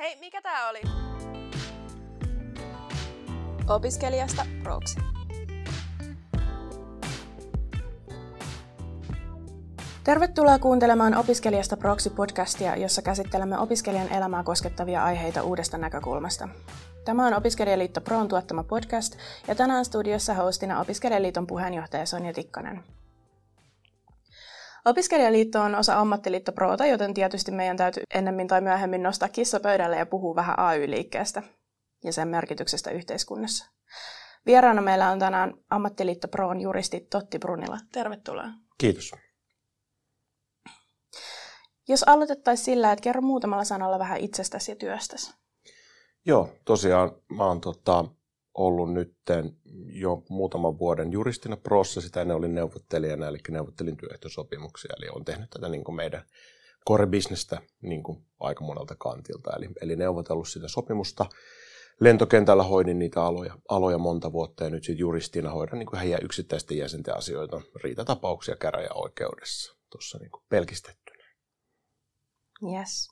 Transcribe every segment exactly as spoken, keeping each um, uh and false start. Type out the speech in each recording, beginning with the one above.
Hei, mikä tää oli? Opiskelijasta proksi. Tervetuloa kuuntelemaan Opiskelijasta proksi-podcastia, jossa käsittelemme opiskelijan elämää koskettavia aiheita uudesta näkökulmasta. Tämä on Opiskelijaliitto Proon tuottama podcast, ja tänään studiossa hostina Opiskelijaliiton puheenjohtaja Sonja Tikkanen. Opiskelijaliitto on osa Ammattiliitto Proota, joten tietysti meidän täytyy ennemmin tai myöhemmin nostaa kissa pöydälle ja puhua vähän A Y-liikkeestä ja sen merkityksestä yhteiskunnassa. Vieraana meillä on tänään Ammattiliitto Proon juristi Totti Brunila. Tervetuloa. Kiitos. Jos aloitettaisiin sillä, että kerro muutamalla sanalla vähän itsestäsi ja työstäsi. Joo, tosiaan mä oon tota, ollut nyt jo muutaman vuoden juristina Proossa, sitä ennen olin neuvottelijana, eli neuvottelin työehtosopimuksia, eli olen tehnyt tätä niin kuin meidän core-bisnestä niin kuin aika monelta kantilta, eli, eli neuvotellut sitä sopimusta. Lentokentällä hoidin niitä aloja, aloja monta vuotta, ja nyt sitten juristina hoidan niin kuin heidän yksittäisten jäsenten asioita, riitatapauksia käräjäoikeudessa, tuossa niin kuin pelkistettynä. Yes.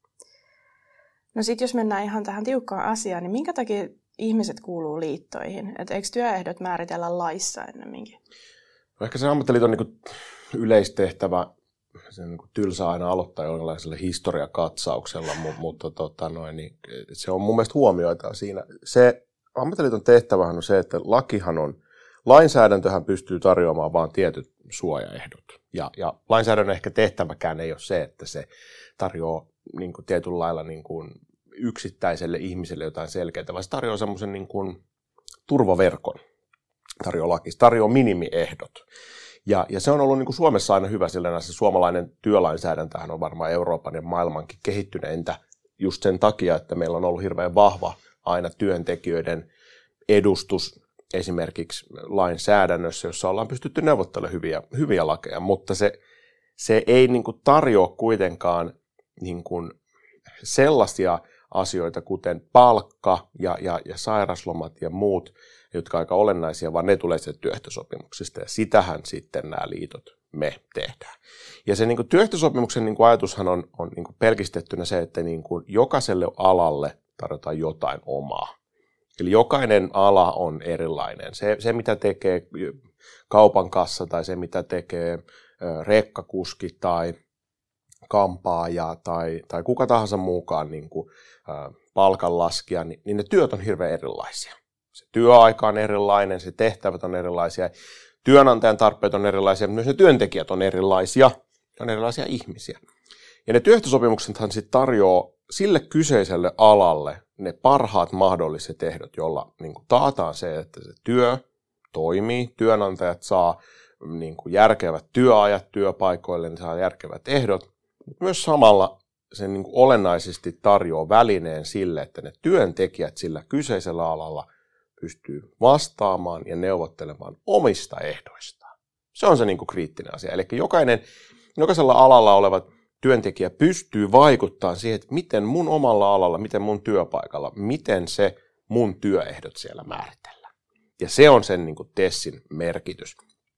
No sitten jos mennään ihan tähän tiukkaan asiaan, niin minkä takia ihmiset kuuluu liittoihin? Et eikö työehdot määritellä laissa ennemminkin? No ehkä se ammattiliiton niin yleistehtävä, se on niin tylsä aina aloittaa jonkinlaisella historiakatsauksella, mutta, mutta tota noin, niin se on mun mielestä huomioita siinä. Se ammattiliiton tehtävähän on se, että lakihan on, lainsäädäntöhän pystyy tarjoamaan vain tietyt suojaehdot. Ja, ja lainsäädännön ehkä tehtäväkään ei ole se, että se tarjoaa niin kuin tietyllä lailla niin kuin yksittäiselle ihmiselle jotain selkeää, vaan se tarjoaa semmoisen niin kuin turvaverkon, tarjoaa laki, tarjoaa minimiehdot. Ja, ja se on ollut niin kuin Suomessa aina hyvä, sillä se suomalainen työlainsäädäntöhän on varmaan Euroopan ja maailmankin kehittyneintä just sen takia, että meillä on ollut hirveän vahva aina työntekijöiden edustus esimerkiksi lainsäädännössä, jossa ollaan pystytty neuvottelemaan hyviä, hyviä lakeja, mutta se, se ei niin kuin tarjoa kuitenkaan niin kuin sellaisia asioita, kuten palkka ja, ja, ja sairaslomat ja muut, jotka ovat aika olennaisia, vaan ne tulee sitten työehtosopimuksista, ja sitähän sitten nämä liitot me tehdään. Ja se niin kuin työehtosopimuksen niin kuin ajatushan on, on niin kuin pelkistettynä se, että niin kuin jokaiselle alalle tarjotaan jotain omaa. Eli jokainen ala on erilainen. Se, se mitä tekee kaupan kassa tai se, mitä tekee rekkakuski tai kampaaja tai, tai kuka tahansa muukaan niin kuin, ä, palkanlaskija, niin, niin ne työt on hirveän erilaisia. Se työaika on erilainen, se tehtävät on erilaisia, työnantajan tarpeet on erilaisia, mutta myös ne työntekijät on erilaisia, on erilaisia ihmisiä. Ja ne työehtosopimuksethan sitten tarjoaa sille kyseiselle alalle ne parhaat mahdolliset ehdot, jolla niin kuin taataan se, että se työ toimii, työnantajat saa niin kuin järkevät työajat työpaikoille, ne saa järkevät ehdot, mutta myös samalla se niin kuin olennaisesti tarjoaa välineen sille, että ne työntekijät sillä kyseisellä alalla pystyy vastaamaan ja neuvottelemaan omista ehdoistaan. Se on se niin kuin kriittinen asia. Eli jokainen, jokaisella alalla oleva työntekijä pystyy vaikuttamaan siihen, että miten mun omalla alalla, miten mun työpaikalla, miten se mun työehdot siellä määritellään. Ja se on sen niin kuin TESin merkitys.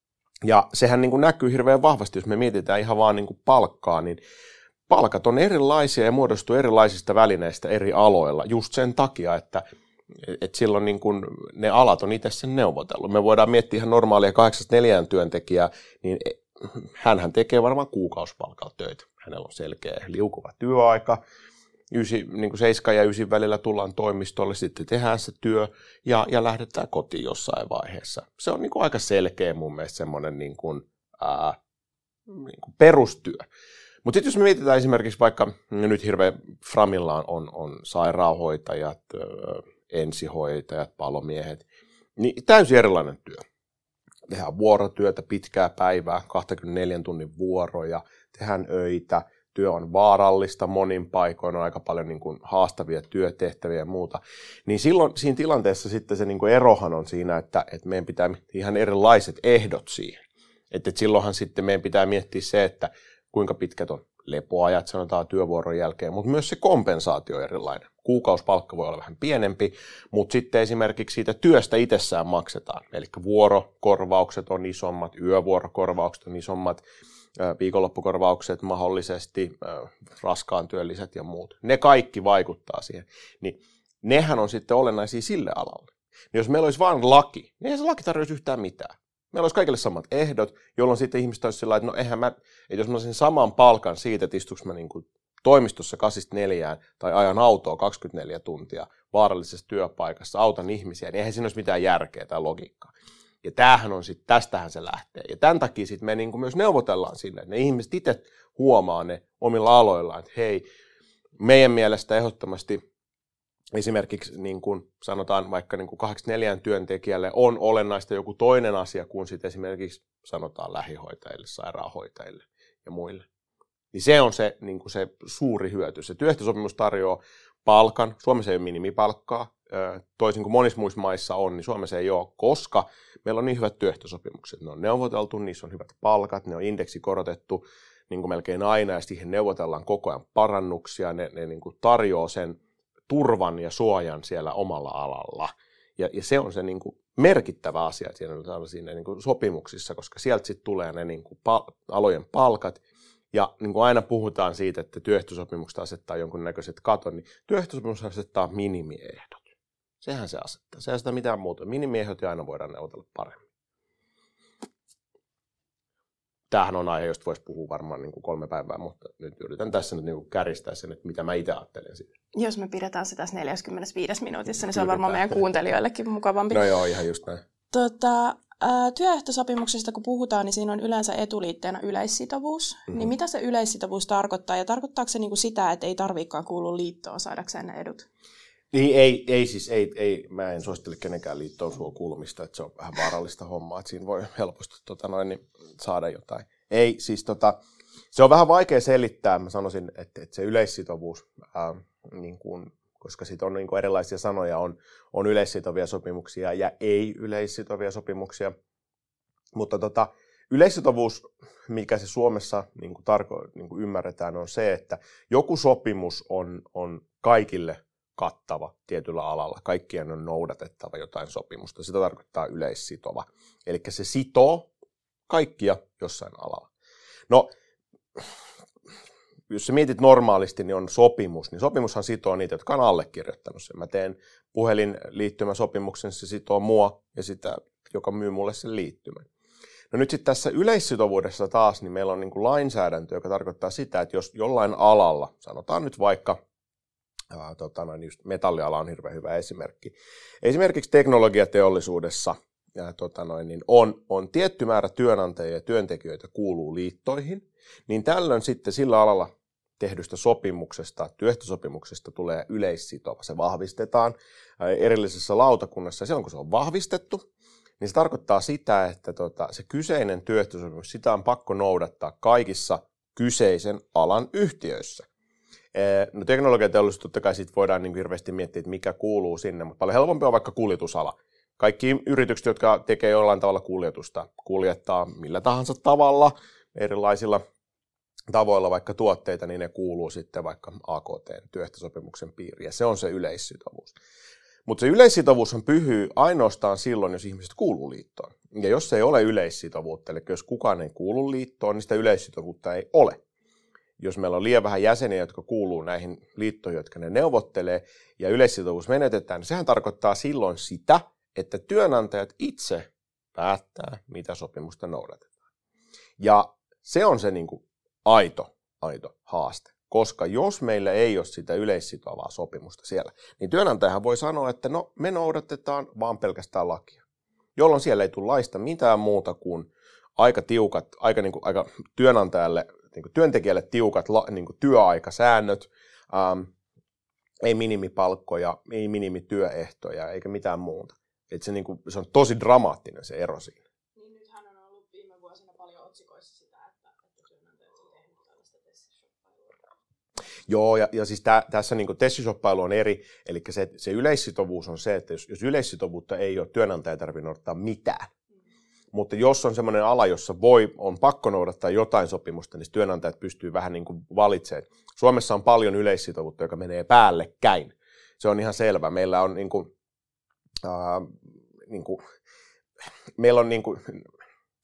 Ja sehän niin kuin näkyy hirveän vahvasti, jos me mietitään ihan vaan niin kuin palkkaa, niin palkat on erilaisia ja muodostuu erilaisista välineistä eri aloilla just sen takia, että, että silloin niin kuin ne alat on itse sen neuvotellut. Me voidaan miettiä ihan normaalia kahdeksasta neljään työntekijää, niin hänhän tekee varmaan kuukausipalkalla töitä. Hänellä on selkeä liukuva työaika. Ysi, niin kuin seiskan ja ysin välillä tullaan toimistolle, sitten tehdään se työ ja, ja lähdetään kotiin jossain vaiheessa. Se on niin kuin aika selkeä mun mielestä semmoinen niin kuin, ää, niin kuin perustyö. Mutta sitten jos me mietitään esimerkiksi vaikka, nyt hirveän framillaan on, on sairaanhoitajat, ää, ensihoitajat, palomiehet, niin täysin erilainen työ. Tehdään vuorotyötä, pitkää päivää, kaksikymmentäneljän tunnin vuoroja, tehdään öitä. Työ on vaarallista, monin paikoin on aika paljon niin kuin haastavia työtehtäviä ja muuta. Niin silloin siinä tilanteessa sitten se niin kuin erohan on siinä, että, että meidän pitää miettiä ihan erilaiset ehdot siihen. Että, että silloinhan sitten meidän pitää miettiä se, että kuinka pitkät on lepoajat, sanotaan työvuoron jälkeen, mutta myös se kompensaatio on erilainen. Kuukausipalkka voi olla vähän pienempi, mutta sitten esimerkiksi siitä työstä itsessään maksetaan. Eli vuorokorvaukset on isommat, yövuorokorvaukset on isommat. viikonloppukorvaukset mahdollisesti, raskaan työlliset ja muut. Ne kaikki vaikuttaa siihen. Niin nehän on sitten olennaisia sille alalle. Niin jos meillä olisi vain laki, niin eihän se laki tarjoaisi yhtään mitään. Meillä olisi kaikille samat ehdot, jolloin sitten ihmiset olisi sillä että no eihän mä, että jos mä olisin saman palkan siitä, että istuks mä niin kuin toimistossa kasista neljään tai ajan autoa kaksikymmentäneljä tuntia vaarallisessa työpaikassa, autan ihmisiä, niin eihän siinä olisi mitään järkeä tai logiikkaa. Ja tämähän on sitten, tästähän se lähtee. Ja tämän takia sitten me niin kuin myös neuvotellaan sille, että ne ihmiset itse huomaa ne omilla aloillaan, että hei, meidän mielestä ehdottomasti esimerkiksi niin kuin sanotaan vaikka niin kuin kahdeksankymmentäneljä työntekijälle on olennaista joku toinen asia kuin sitten esimerkiksi sanotaan lähihoitajille, sairaanhoitajille ja muille. Niin se on se, niin kuin se suuri hyöty. Se työehtosopimus tarjoaa palkan. Suomessa ei ole minimipalkkaa. Toisin kuin monissa muissa maissa on, niin Suomessa ei ole, koska meillä on niin hyvät työehtosopimukset. Ne on neuvoteltu, niissä on hyvät palkat, ne on indeksikorotettu niin kuin melkein aina ja siihen neuvotellaan koko ajan parannuksia. Ne, ne niin kuin tarjoaa sen turvan ja suojan siellä omalla alalla. Ja, ja se on se niin kuin merkittävä asia siinä, siinä niin kuin sopimuksissa, koska sieltä sitten tulee ne niin kuin pal- alojen palkat. Ja niin kuin aina puhutaan siitä, että työehtosopimukset asettaa jonkunnäköiset katon, niin työehtosopimus asettaa minimiehdot. Sehän se asettaa. Se ei sitä mitään muuta. Minimiehdot ja aina voidaan neuvotella paremmin. Tämähän on aihe, josta voisi puhua varmaan niin kuin kolme päivää, mutta nyt yritän tässä nyt niin kuin kärjistää sen, että mitä mä itse ajattelen siitä. Jos me pidetään se tässä neljäkymmentäviisi minuutissa, niin se on varmaan meidän kuuntelijoillekin mukavampi. No joo, ihan just näin. Tota, ää, työehtosopimuksesta kun puhutaan, niin siinä on yleensä etuliitteenä yleissitovuus. Mm-hmm. Niin mitä se yleissitovuus tarkoittaa? Ja tarkoittaako se niinku sitä, että ei tarvitsekaan kuulua liittoon saadakseen ne edut? Niin, ei, ei siis, ei, ei, mä en suosittele kenenkään liittoon sua kuulumista, että se on vähän vaarallista hommaa, että siinä voi helposti tota noin, niin saada jotain. Ei, siis tota, se on vähän vaikea selittää, mä sanoisin, että, että se yleissitovuus, ää, niin kuin, koska siitä on niin kuin erilaisia sanoja, on, on yleissitovia sopimuksia ja ei-yleissitovia sopimuksia, mutta tota, yleissitovuus, mikä se Suomessa niin kuin tarko, niin kuin ymmärretään, on se, että joku sopimus on, on kaikille kattava tietyllä alalla. Kaikkien on noudatettava jotain sopimusta. Sitä tarkoittaa yleissitova. Eli se sitoo kaikkia jossain alalla. No, jos sä mietit normaalisti, niin on sopimus. Niin sopimushan sitoo niitä, jotka on allekirjoittanut sen. Mä teen puhelinliittymäsopimuksen, se sitoo mua ja sitä, joka myy mulle sen liittymän. No nyt sitten tässä yleissitovuudessa taas, niin meillä on niin kuin lainsäädäntö, joka tarkoittaa sitä, että jos jollain alalla, sanotaan nyt vaikka, Ää, tota, noin just metalliala on hirveän hyvä esimerkki. Esimerkiksi teknologiateollisuudessa ja, tota, noin, niin on, on tietty määrä työnantajia ja työntekijöitä kuuluu liittoihin, niin tällöin sitten sillä alalla tehdystä sopimuksesta, työehtosopimuksesta tulee yleissitova. Se vahvistetaan ää, erillisessä lautakunnassa ja silloin kun se on vahvistettu, niin se tarkoittaa sitä, että tota, se kyseinen työehtosopimus, sitä on pakko noudattaa kaikissa kyseisen alan yhtiöissä. No teknologiateollisuus totta kai sit voidaan niin hirveästi miettiä, että mikä kuuluu sinne, mutta paljon helpompi on vaikka kuljetusala. Kaikki yritykset, jotka tekee jollain tavalla kuljetusta, kuljettaa millä tahansa tavalla, erilaisilla tavoilla vaikka tuotteita, niin ne kuuluu sitten vaikka A K T-työehtosopimuksen piiriin, ja se on se yleissitovuus. Mutta se yleissitovuushan pyhyy ainoastaan silloin, jos ihmiset kuuluu liittoon. Ja jos ei ole yleissitovuutta, eli jos kukaan ei kuulu liittoon, niin sitä yleissitovuutta ei ole. Jos meillä on liian vähän jäseniä, jotka kuuluu näihin liittoihin, jotka ne neuvottelee, ja yleissitovuus menetetään, niin sehän tarkoittaa silloin sitä, että työnantajat itse päättää, mitä sopimusta noudatetaan. Ja se on se niin kuin aito, aito haaste. Koska jos meillä ei ole sitä yleissitovaa sopimusta siellä, niin työnantajahan voi sanoa, että no me noudatetaan vaan pelkästään lakia. Jolloin siellä ei tule laista mitään muuta kuin aika tiukat, aika, niin kuin, aika työnantajalle, niin kuin työntekijälle tiukat niin kuin työaikasäännöt, ähm, ei minimipalkkoja, ei minimityöehtoja eikä mitään muuta. Et se, niin kuin, se on tosi dramaattinen se ero siinä. Niin nythän on ollut viime vuosina paljon otsikoissa sitä, että, että työnantajat on tehnyt tällaista tessishoppailua. Joo, ja, ja siis tä, tässä niin tessishoppailu on eri, eli se, se yleissitovuus on se, että jos, jos yleissitovuutta ei ole, työnantaja ei tarvitse noudattaa mitään. Mutta jos on semmoinen ala, jossa voi, on pakko noudattaa jotain sopimusta, niin työnantajat pystyy vähän niin kuin valitsemaan. Suomessa on paljon yleissitovuutta, joka menee päällekkäin. Se on ihan selvä. Meillä on, niin kuin, äh, niin kuin, meillä on niin kuin,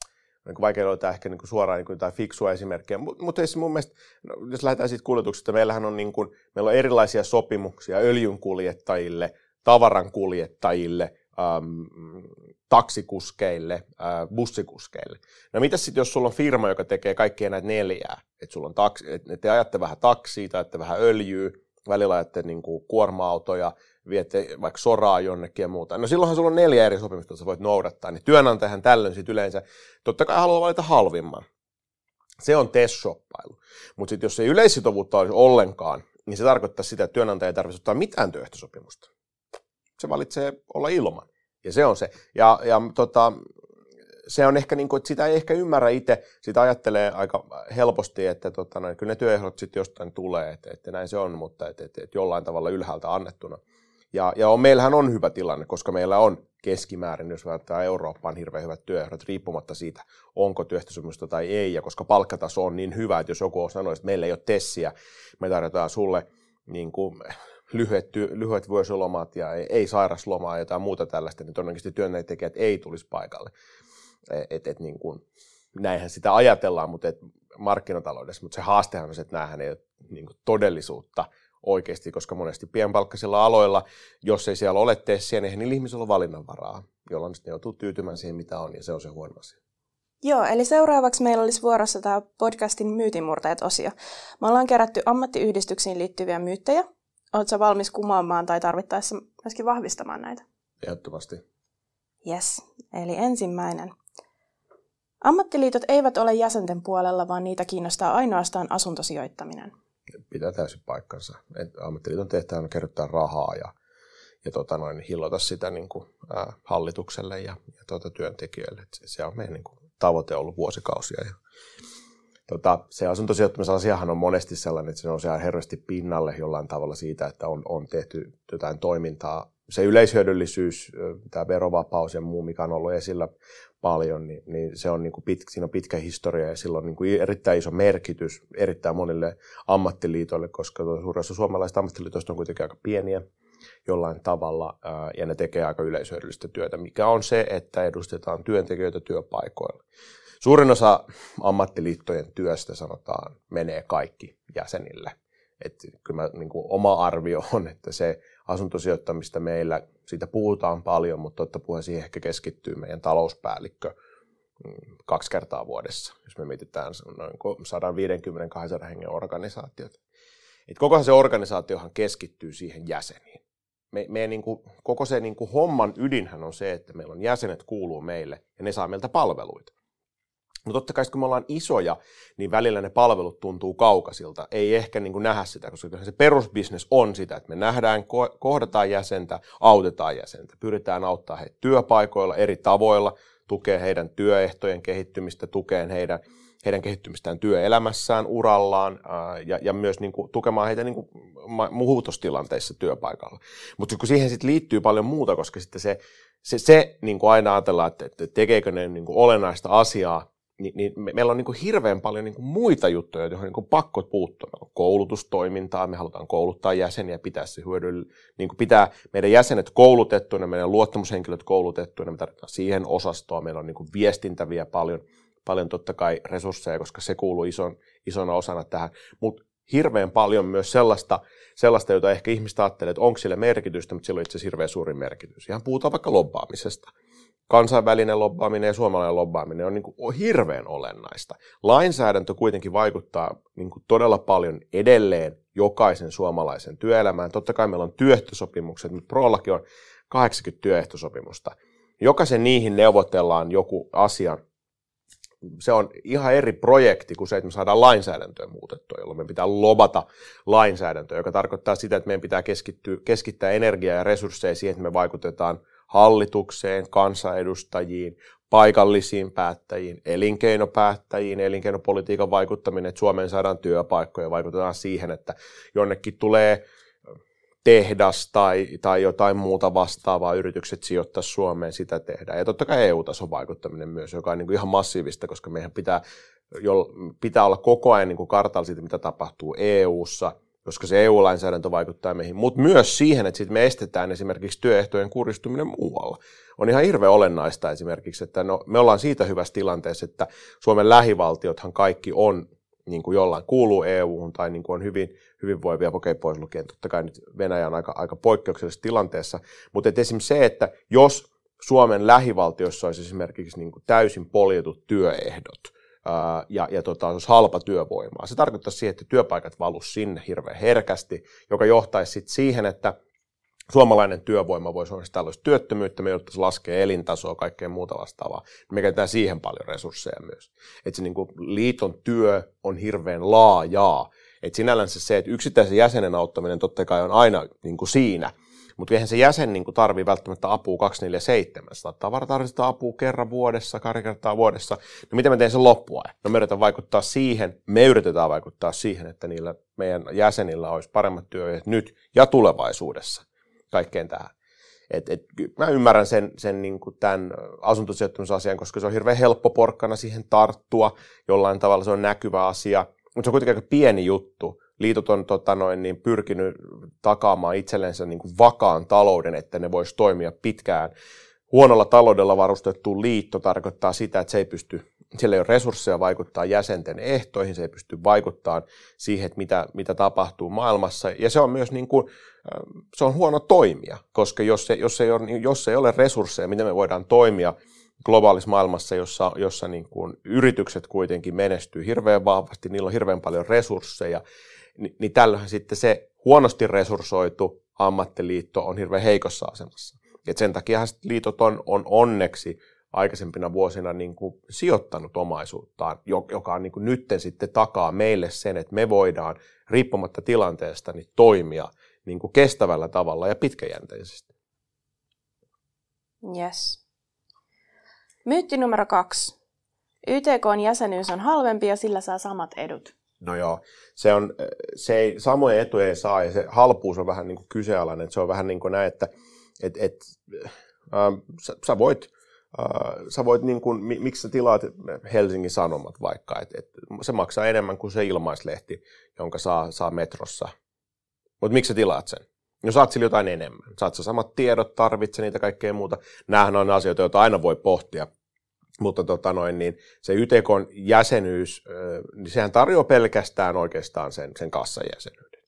niin vaikea löytää ehkä niin kuin suoraan niin kuin jotain fiksua esimerkkejä, mutta mut mun mielestä, no, jos lähdetään siitä kuljetuksesta, meillähän on, niin kuin, meillä on erilaisia sopimuksia öljynkuljettajille, tavarankuljettajille, ähm, taksikuskeille, äh, bussikuskeille. No mitäs sitten, jos sulla on firma, joka tekee kaikkia näitä neljää, että sulla on taksi, että te ajatte vähän taksia, tai ajatte vähän öljyä, välillä ajatte niin kuin kuorma-autoja, viette vaikka soraa jonnekin ja muuta. No silloinhan sulla on neljä eri sopimusta, joita sä voit noudattaa, niin työnantajahan tällöin sit yleensä totta kai haluaa valita halvimman. Se on test-shoppailu. Mutta sitten jos ei yleissitovuutta olisi ollenkaan, niin se tarkoittaa sitä, että työnantaja ei tarvitse ottaa mitään työehtosopimusta. Se valitsee olla ilman. Ja se on se. Ja, ja tota, se on ehkä niin kuin, että sitä ei ehkä ymmärrä itse. Sitä ajattelee aika helposti, että tota, no, kyllä ne työehdot sitten jostain tulee, että, että näin se on, mutta että, että, että jollain tavalla ylhäältä annettuna. Ja, ja on, meillähän on hyvä tilanne, koska meillä on keskimäärin, jos verrataan Eurooppaan, hirveän hyvät työehdot, riippumatta siitä, onko työehtosopimusta tai ei. Ja koska palkkataso on niin hyvä, että jos joku sanoo, että meillä ei ole tessiä, me tarjotaan sulle niin kuin lyhyet, lyhyet vuosilomat ja ei, ei sairaslomaa ja jotain muuta tällaista, niin todennäköisesti työntekijät ei tulisi paikalle. Et, et, niin kuin, näinhän sitä ajatellaan, mutta et markkinataloudessa, mutta se haastehan on se, että näähän ei ole niin kuin todellisuutta oikeasti, koska monesti pienpalkkaisilla aloilla, jos ei siellä ole tessiä, niin eihän niillä ihmisillä ole valinnanvaraa, jolloin ne joutuu tyytymään siihen, mitä on, ja se on se huono asia. Joo, eli seuraavaksi meillä olisi vuorossa tämä podcastin myytinmurtajat-osio. Me ollaan kerätty ammattiyhdistyksiin liittyviä myyttejä. Oletko valmis kumoamaan tai tarvittaessa myöskin vahvistamaan näitä? Ehdottomasti. Yes, eli ensimmäinen. Ammattiliitot eivät ole jäsenten puolella, vaan niitä kiinnostaa ainoastaan asuntosijoittaminen. Pitää täysin paikkansa. Ammattiliiton tehtävä on kerryttää rahaa ja, ja tota noin, hillota sitä niin kuin, ää, hallitukselle ja, ja tota, työntekijöille. Et se on meidän niin kuin, tavoite ollut vuosikausia. Ja, tota, se asuntosijoittamisasiahan on monesti sellainen, että se nousee herkästi pinnalle jollain tavalla siitä, että on, on tehty jotain toimintaa. Se yleishyödyllisyys, tämä verovapaus ja muu, mikä on ollut esillä paljon, niin, niin se on niin kuin pit, siinä on pitkä historia ja sillä on niin kuin erittäin iso merkitys erittäin monille ammattiliitoille, koska suurin osa suomalaisista ammattiliitoista on kuitenkin aika pieniä jollain tavalla ja ne tekee aika yleishyödyllistä työtä, mikä on se, että edustetaan työntekijöitä työpaikoilla. Suurin osa ammattiliittojen työstä, sanotaan, menee kaikki jäsenille. Että kyllä mä, niin kuin oma arvio on, että se asuntosijoittamista meillä, siitä puhutaan paljon, mutta totta puheen siihen ehkä keskittyy meidän talouspäällikkö kaksi kertaa vuodessa, jos me mietitään noin sata viisikymmentä kaksisataa hengen organisaatiot. Et koko se organisaatiohan keskittyy siihen jäseniin. Me, me niin kuin, koko se niin kuin homman ydinhän on se, että meillä on jäsenet kuuluu meille ja ne saa meiltä palveluita. Mutta totta kai, kun me ollaan isoja, niin välillä ne palvelut tuntuu kaukaisilta. Ei ehkä niin kuin nähdä sitä, koska se perusbisnes on sitä, että me nähdään, kohdataan jäsentä, autetaan jäsentä. Pyritään auttamaan heitä työpaikoilla eri tavoilla, tukee heidän työehtojen kehittymistä, tukee heidän, heidän kehittymistään työelämässään, urallaan ää, ja, ja myös niin kuin, tukemaan heitä niin kuin, muutostilanteissa työpaikalla. Mutta kun siihen sitten liittyy paljon muuta, koska sitten se, se, se niin kuin aina ajatellaan, että, että tekeekö ne niin kuin olennaista asiaa, Niin, niin me, meillä on niin kuin hirveän paljon niin kuin muita juttuja, joihin on niin kuin pakko puuttua. Meillä on koulutustoimintaa, me halutaan kouluttaa jäseniä, pitää, se hyödyllä, niin kuin pitää meidän jäsenet koulutettuina, meidän luottamushenkilöt koulutettuina, me tarvitaan siihen osastoa, meillä on niin kuin viestintäviä paljon, paljon totta kai resursseja, koska se kuuluu ison, isona osana tähän, mutta hirveän paljon myös sellaista, sellaista, jota ehkä ihmistä ajattelee, että onko sille merkitystä, mutta sillä on itse asiassa hirveän suuri merkitys. Ihan puhutaan vaikka lobbaamisesta. Kansainvälinen lobbaaminen ja suomalainen lobbaaminen on, niin kuin, on hirveän olennaista. Lainsäädäntö kuitenkin vaikuttaa niin kuin, todella paljon edelleen jokaisen suomalaisen työelämään. Totta kai meillä on työehtosopimukset, mutta Prollakin on kahdeksankymmentä työehtosopimusta. Jokaisen niihin neuvotellaan joku asia. Se on ihan eri projekti kuin se, että me saadaan lainsäädäntöä muutettua, jolloin me pitää lobata lainsäädäntöä, joka tarkoittaa sitä, että meidän pitää keskittyä, keskittää energiaa ja resursseja siihen, että me vaikutetaan hallitukseen, kansanedustajiin, paikallisiin päättäjiin, elinkeinopäättäjiin, elinkeinopolitiikan vaikuttaminen, että Suomeen saadaan työpaikkoja, vaikutetaan siihen, että jonnekin tulee tehdas tai, tai jotain muuta vastaavaa, yritykset sijoittaa Suomeen, sitä tehdään. Ja totta kai E U-tason vaikuttaminen myös, joka on niin kuin ihan massiivista, koska meidän pitää, jo, pitää olla koko ajan niin kuin kartalla siitä, mitä tapahtuu E U:ssa, koska se E U-lainsäädäntö vaikuttaa meihin, mutta myös siihen, että sit me estetään esimerkiksi työehtojen kuristuminen muualla. On ihan hirveän olennaista esimerkiksi, että no, me ollaan siitä hyvässä tilanteessa, että Suomen lähivaltiothan kaikki on, niin kuin jollain kuuluu E U-hun tai niin kuin on hyvin hyvinvoivia, okei pois lukien, totta kai nyt Venäjä on aika, aika poikkeuksellisessa tilanteessa, mutta esimerkiksi se, että jos Suomen lähivaltiossa olisi esimerkiksi niin kuin täysin poljetut työehdot, ja, ja tota, olisi halpa työvoimaa. Se tarkoittaa siihen, että työpaikat valuisi sinne hirveän herkästi, joka johtaisi sitten siihen, että suomalainen työvoima voisi olla tällaista työttömyyttä, me jouduttaisiin laskemaan elintasoa ja kaikkea muuta vastaavaa. Me käytetään siihen paljon resursseja myös. Että se niin kuin liiton työ on hirveän laajaa. Että sinällään se, että yksittäisen jäsenen auttaminen totta kai on aina niin kuin siinä, mutta eihän se jäsen niin tarvitse välttämättä apua kaksikymmentäneljä seitsemän. Saattaa tarvita apua kerran vuodessa, pari kertaa vuodessa. No miten mä teen sen loppuajan? No me yritetään vaikuttaa siihen, me yritetään vaikuttaa siihen, että niillä meidän jäsenillä olisi paremmat työehdot nyt ja tulevaisuudessa kaikkeen tähän. Et, et, mä ymmärrän sen, sen niin kuin tämän asuntosijoittamisasian, koska se on hirveän helppo porkkana siihen tarttua. Jollain tavalla se on näkyvä asia, mutta se on kuitenkin aika pieni juttu. Liitot on tota noin, niin pyrkinyt takaamaan itsellensä niin kuin vakaan talouden, että ne voisi toimia pitkään. Huonolla taloudella varustettu liitto tarkoittaa sitä, että se ei pysty, siellä ei ole resursseja vaikuttaa jäsenten ehtoihin, se ei pysty vaikuttamaan siihen, että mitä, mitä tapahtuu maailmassa. Ja se on myös niin kuin, se on huono toimia, koska jos, se, jos, ei ole, jos ei ole resursseja, miten me voidaan toimia globaalissa maailmassa, jossa, jossa niin kuin yritykset kuitenkin menestyy hirveän vahvasti, niillä on hirveän paljon resursseja, niin, niin tällöinhän sitten se huonosti resurssoitu ammattiliitto on hirveän heikossa asemassa. Et sen takia liitot on, on onneksi aikaisempina vuosina niin kuin sijoittanut omaisuuttaan, joka on niin kuin nytten sitten takaa meille sen, että me voidaan riippumatta tilanteesta niin toimia niin kuin kestävällä tavalla ja pitkäjänteisesti. Yes. Myytti numero kaksi. Y T K:n jäsenyys on halvempi ja sillä saa samat edut. No joo, se on, se ei, samoja etuja ei saa ja se halpuus on vähän niin kuin kyseenalainen. Että se on vähän niin kuin näin, että et, et, äh, sä, sä voit, äh, sä voit niin kuin, miksi sä tilaat Helsingin Sanomat vaikka, että et, se maksaa enemmän kuin se ilmaislehti, jonka saa, saa metrossa. Mutta miksi sä tilaat sen? No saat sillä jotain enemmän. Saat sä samat tiedot, tarvitse niitä kaikkea muuta. Nämähän on asioita, joita aina voi pohtia. Mutta tota noin, niin se Y T K:n jäsenyys, niin sehän tarjoaa pelkästään oikeastaan sen, sen kassan jäsenyyden.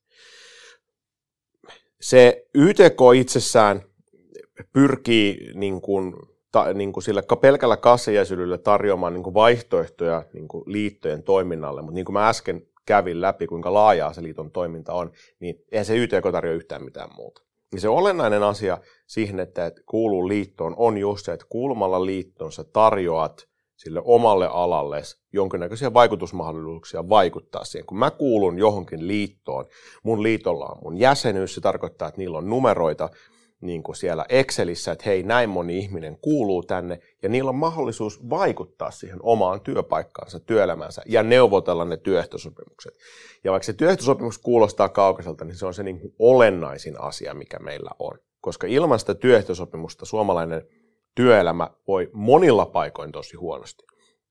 Se Y T K itsessään pyrkii niin kuin, ta, niin kuin sillä pelkällä kassajäsenyydellä tarjoamaan niin kuin vaihtoehtoja niin kuin liittojen toiminnalle, mutta niin kuin mä äsken kävin läpi, kuinka laajaa se liiton toiminta on, niin eihän se Y T K tarjoa yhtään mitään muuta. Ja se olennainen asia siihen, että kuuluu liittoon, on just se, että kuulumalla liittoon sä tarjoat sille omalle alalle jonkinnäköisiä vaikutusmahdollisuuksia vaikuttaa siihen. Kun mä kuulun johonkin liittoon, mun liitolla on mun jäsenyys, se tarkoittaa, että niillä on numeroita niin kuin siellä Excelissä, että hei, näin moni ihminen kuuluu tänne, ja niillä on mahdollisuus vaikuttaa siihen omaan työpaikkaansa, työelämänsä, ja neuvotella ne työehtosopimukset. Ja vaikka se työehtosopimus kuulostaa kaukaiselta, niin se on se niin kuin olennaisin asia, mikä meillä on. Koska ilman sitä työehtosopimusta suomalainen työelämä voi monilla paikoin tosi huonosti.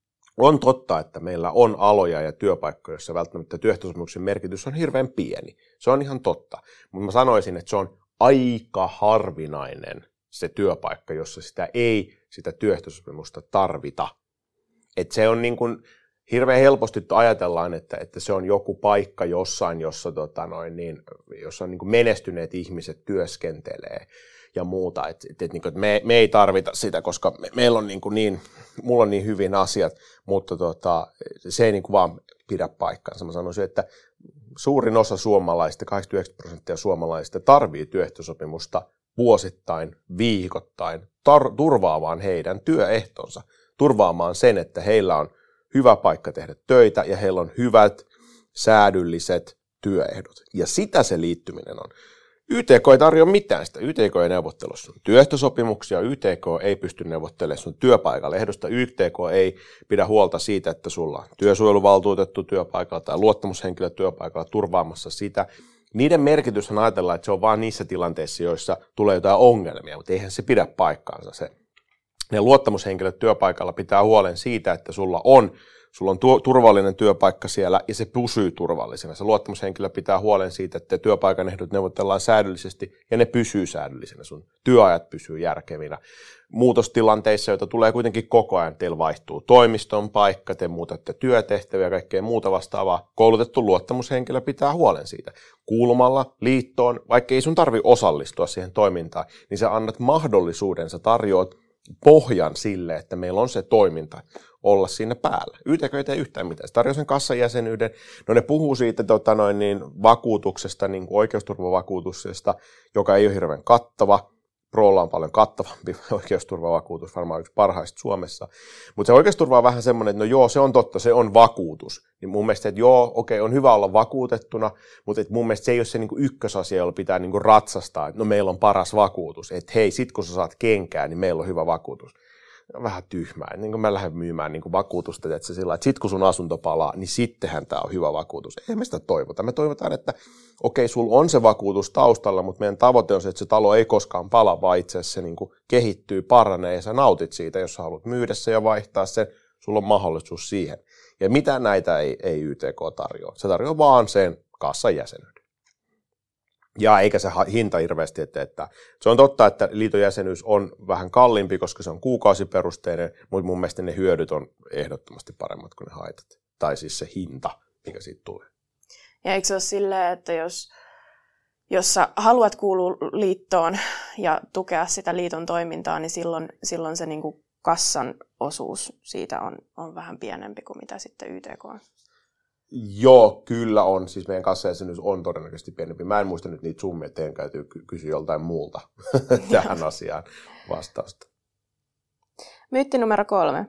On totta, että meillä on aloja ja työpaikkoja, joissa välttämättä työehtosopimuksen merkitys on hirveän pieni. Se on ihan totta. Mutta mä sanoisin, että se on aika harvinainen se työpaikka, jossa sitä ei sitä työehtosopimusta tarvita. Et se on niin kuin hirveän helposti ajatellaan, että, että se on joku paikka jossain, jossa, tota noin, niin, jossa on niin kuin menestyneet ihmiset työskentelee ja muuta. Et, et, et, niin kuin, että me, me ei tarvita sitä, koska me, meillä on niin, kuin niin, mulla on niin hyvin asiat, mutta tota, se ei niin kuin vaan pidä paikkaansa. Mä sanoisin, että suurin osa suomalaisista, kahdeksankymmentäyhdeksän prosenttia suomalaisista tarvii työehtosopimusta vuosittain, viikoittain, tar- turvaamaan heidän työehtonsa, turvaamaan sen, että heillä on hyvä paikka tehdä töitä ja heillä on hyvät säädylliset työehdot. Ja sitä se liittyminen on. Y T K ei tarjoa mitään sitä. Y T K ei neuvottele sun työehtosopimuksia, Y T K ei pysty neuvottelemaan sun työpaikan ehdosta, Y T K ei pidä huolta siitä, että sulla on työsuojeluvaltuutettu työpaikalla tai luottamushenkilö työpaikalla turvaamassa sitä. Niiden merkityshän ajatellaan, että se on vain niissä tilanteissa, joissa tulee jotain ongelmia, mutta eihän se pidä paikkaansa se. Ne luottamushenkilöt työpaikalla pitää huolen siitä, että sulla on sulla on tuo, turvallinen työpaikka siellä ja se pysyy turvallisena. Se luottamushenkilö pitää huolen siitä, että työpaikan ehdot neuvotellaan säädöllisesti ja ne pysyy säädöllisenä. Sun työajat pysyy järkevinä. Muutostilanteissa, joita tulee kuitenkin koko ajan, teillä vaihtuu toimiston paikka, te muutatte työtehtäviä ja kaikkea muuta vastaavaa. Koulutettu luottamushenkilö pitää huolen siitä. Kuulumalla liittoon, vaikka ei sun tarvi osallistua siihen toimintaan, niin sä annat mahdollisuuden, sä tarjoat pohjan sille, että meillä on se toiminta olla siinä päällä. Y T K ei tee yhtään mitään. Se tarjoaa sen kassajäsenyyden. No ne puhuu siitä tota noin, niin, vakuutuksesta, niin kuin oikeusturvavakuutuksesta, joka ei ole hirveän kattava. Prolla on paljon kattavampi oikeusturvavakuutus, varmaan yksi parhaista Suomessa. Mutta se oikeusturva on vähän semmoinen, että no joo, se on totta, se on vakuutus. Niin mun mielestä, että joo, okei, on hyvä olla vakuutettuna, mutta et mun mielestä se ei ole se niinku ykkösasia, jolla pitää niinku ratsastaa, että no meillä on paras vakuutus. Että hei, sit kun sä saat kenkää, niin meillä on hyvä vakuutus. Vähän tyhmää. Niin kuin mä lähden myymään niin kuin vakuutusta, että, sillä, että sit kun sun asunto palaa, niin sittenhän tämä on hyvä vakuutus. Ei me sitä toivota. Me toivotaan, että okei, sulla on se vakuutus taustalla, mutta meidän tavoite on se, että se talo ei koskaan pala, vaan itse asiassa se niin kuin kehittyy, paranee ja sä nautit siitä. Jos sä haluat myydä se ja vaihtaa sen, sulla on mahdollisuus siihen. Ja mitä näitä ei, ei Y T K tarjoa? Se tarjoaa vaan sen kassan jäsenyyden. Ja eikä se hinta hirveästi, että, että se on totta, että liiton jäsenyys on vähän kalliimpi, koska se on kuukausiperusteinen, mutta mun mielestä ne hyödyt on ehdottomasti paremmat kuin ne haitat. Tai siis se hinta, mikä siitä tulee. Ja eikö se ole silleen, että jos, jos sä haluat kuulua liittoon ja tukea sitä liiton toimintaa, niin silloin, silloin se niin kuin kassan osuus siitä on, on vähän pienempi kuin mitä sitten Y T K on. Joo, kyllä on. Siis meidän kassajäsenyys on todennäköisesti pienempi. Mä en muista nyt niitä summia, teidän täytyy kysyä joltain muulta tähän asiaan vastausta. Myytti numero kolme.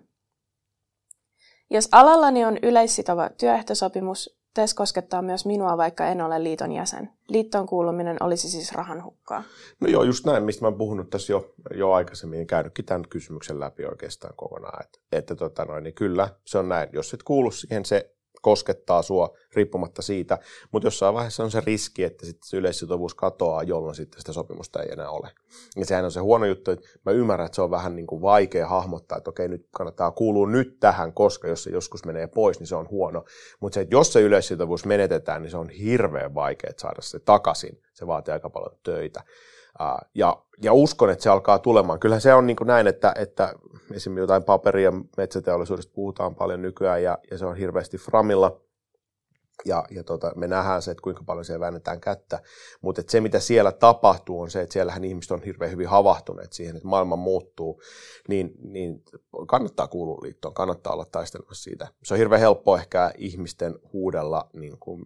Jos alallani on yleissitova työehtosopimus, T E S koskettaa myös minua, vaikka en ole liiton jäsen. Liittoon kuuluminen olisi siis rahanhukkaa. No joo, just näin, mistä mä oon puhunut tässä jo, jo aikaisemmin, käynytkin tämän kysymyksen läpi oikeastaan kokonaan. Että, että tota noin, niin kyllä, se on näin. Jos et kuulu siihen, se koskettaa sua riippumatta siitä, mutta jossain vaiheessa on se riski, että sitten se yleissitovuus katoaa, jolloin sitten sitä sopimusta ei enää ole. Ja sehän on se huono juttu, että mä ymmärrän, että se on vähän niin kuin vaikea hahmottaa, että okei, nyt kannattaa kuulua nyt tähän, koska jos se joskus menee pois, niin se on huono. Mutta se, että jos se yleissitovuus menetetään, niin se on hirveän vaikea saada se takaisin. Se vaatii aika paljon töitä. Uh, ja, ja uskon, että se alkaa tulemaan. Kyllähän se on niin kuin näin, että, että esimerkiksi jotain paperia ja metsäteollisuudesta puhutaan paljon nykyään, ja, ja se on hirveästi framilla. Ja, ja tota, me nähdään se, että kuinka paljon siellä väännetään kättä. Mutta se, mitä siellä tapahtuu, on se, että siellähän ihmiset on hirveän hyvin havahtuneet siihen, että maailma muuttuu. Niin, niin kannattaa kuulua liittoon, kannattaa olla taistelemassa siitä. Se on hirveän helppoa ehkä ihmisten huudella niin kuin,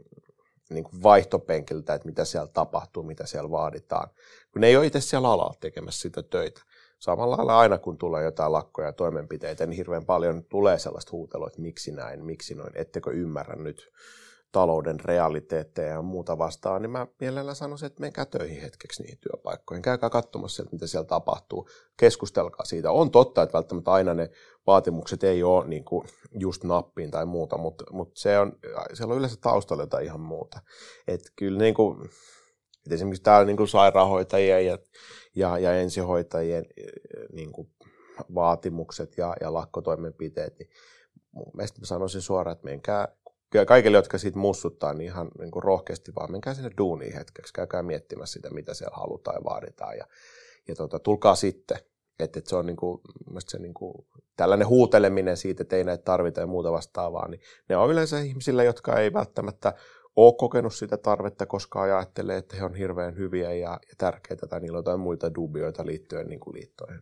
niin kuin vaihtopenkiltä, että mitä siellä tapahtuu, mitä siellä vaaditaan. Kun ne ei ole itse siellä alalla tekemässä sitä töitä. Samalla lailla aina, kun tulee jotain lakkoja ja toimenpiteitä, niin hirveän paljon tulee sellaista huutelua, että miksi näin, miksi noin, ettekö ymmärrä nyt talouden realiteetteja ja muuta vastaan, niin mä mielellään sanoisin, että menkää töihin hetkeksi niihin työpaikkoihin. Käykää katsomassa sieltä, mitä siellä tapahtuu. Keskustelkaa siitä. On totta, että välttämättä aina ne vaatimukset ei ole niin kuin just nappiin tai muuta, mutta, mutta se on, siellä on yleensä taustalla jotain ihan muuta. Että kyllä niin kuin, että esimerkiksi täällä niin kuin sairaanhoitajien ja, ja, ja ensihoitajien niin kuin vaatimukset ja, ja lakkotoimenpiteet, niin mun mielestä mä sanoisin suoraan, että menkää kaikille, jotka siitä mussuttaa, niin ihan niin kuin rohkeasti vaan menkää sinne duuniin hetkeksi, käykää miettimässä sitä, mitä siellä halutaan ja vaaditaan, ja, ja tota, tulkaa sitten. Että et se on niin kuin, se niin kuin, tällainen huuteleminen siitä, että ei näitä tarvita ja muuta vastaavaa, niin ne on yleensä ihmisillä, jotka ei välttämättä ole kokenut sitä tarvetta, koska ajattelee, että he on hirveän hyviä ja, ja tärkeitä, tai niillä on jotain muita dubioita liittyen niin kuin liittoihin.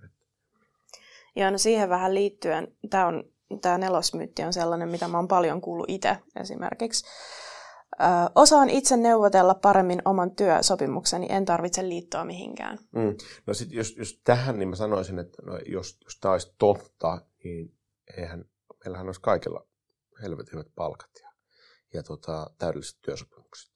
Joo, no siihen vähän liittyen, tämä on Tämä nelosmyytti on sellainen, mitä mä oon paljon kuullut itse esimerkiksi. Ö, osaan itse neuvotella paremmin oman työsopimukseni, en tarvitse liittoa mihinkään. Mm. No sit jos, jos tähän, niin mä sanoisin, että no, jos, jos tämä olisi totta, niin eihän, meillähän olisi kaikilla helvetin hyvät palkat ja, ja tota, täydelliset työsopimukset.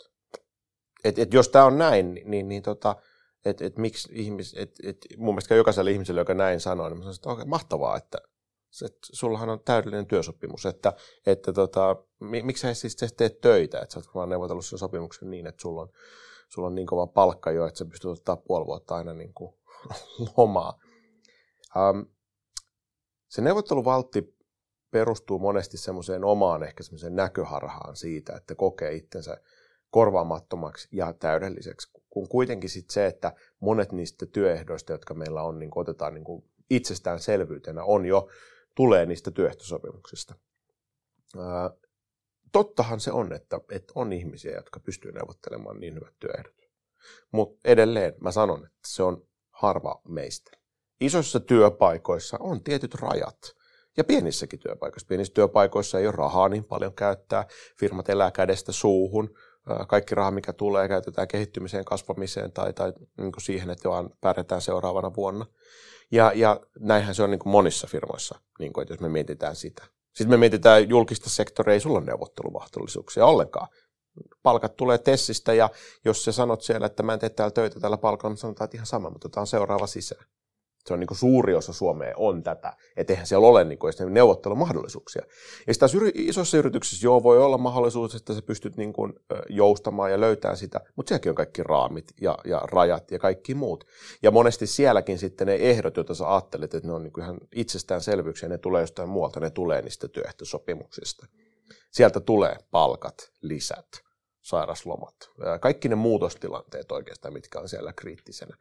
Et, et jos tämä on näin, niin, niin, niin tota, että et miksi ihmis, et, et, mun mielestä jokaiselle ihmiselle, joka näin sanoo, niin mä sanoisin, että okay, mahtavaa, että että sullahan on täydellinen työsopimus, että, että tota, miksi sä siis teet töitä, että sä oot vaan neuvotellut sen sopimuksen niin, että sulla on, sulla on niin kova palkka jo, että sä pystyt ottaa puoli vuotta aina niin kuin lomaa. Um, se neuvotteluvaltti perustuu monesti semmoiseen omaan ehkä semmoiseen näköharhaan siitä, että kokee itsensä korvaamattomaksi ja täydelliseksi. Kun kuitenkin sit se, että monet niistä työehdoista, jotka meillä on, niin otetaan niin kuin itsestäänselvyytenä, on jo, tulee niistä työehtosopimuksista. Ää, tottahan se on, että, että on ihmisiä, jotka pystyy neuvottelemaan niin hyvät työehdot. Mutta edelleen mä sanon, että se on harva meistä. Isoissa työpaikoissa on tietyt rajat. Ja pienissäkin työpaikoissa. Pienissä työpaikoissa ei ole rahaa niin paljon käyttää. Firmat elää kädestä suuhun. Kaikki raha, mikä tulee, käytetään kehittymiseen, kasvamiseen tai, tai niin kuin siihen, että vaan pärjätään seuraavana vuonna. Ja, ja näinhän se on niin kuin monissa firmoissa, niin kuin, että jos me mietitään sitä. Sitten me mietitään julkista sektoria, ei sulla ole neuvottelumahdollisuuksia ollenkaan. Palkat tulee Tessistä ja jos sä sanot siellä, että mä en tee täällä töitä tällä palkalla, niin sanotaan, että ihan sama, mutta otetaan seuraava sisään. Se on niin kuin suuri osa Suomea on tätä, että eihän siellä ole niin kuin neuvottelumahdollisuuksia. Ja sitä isossa yrityksessä joo voi olla mahdollisuus, että sä pystyt niin kuin joustamaan ja löytämään sitä, mutta sielläkin on kaikki raamit ja, ja rajat ja kaikki muut. Ja monesti sielläkin sitten ne ehdot, joita sä ajattelet, että ne on niin kuin ihan itsestäänselvyyksiä, ne tulee jostain muualta, ne tulee niistä työehtosopimuksista. Sieltä tulee palkat, lisät, sairaslomat, kaikki ne muutostilanteet oikeastaan, mitkä on siellä kriittisenä.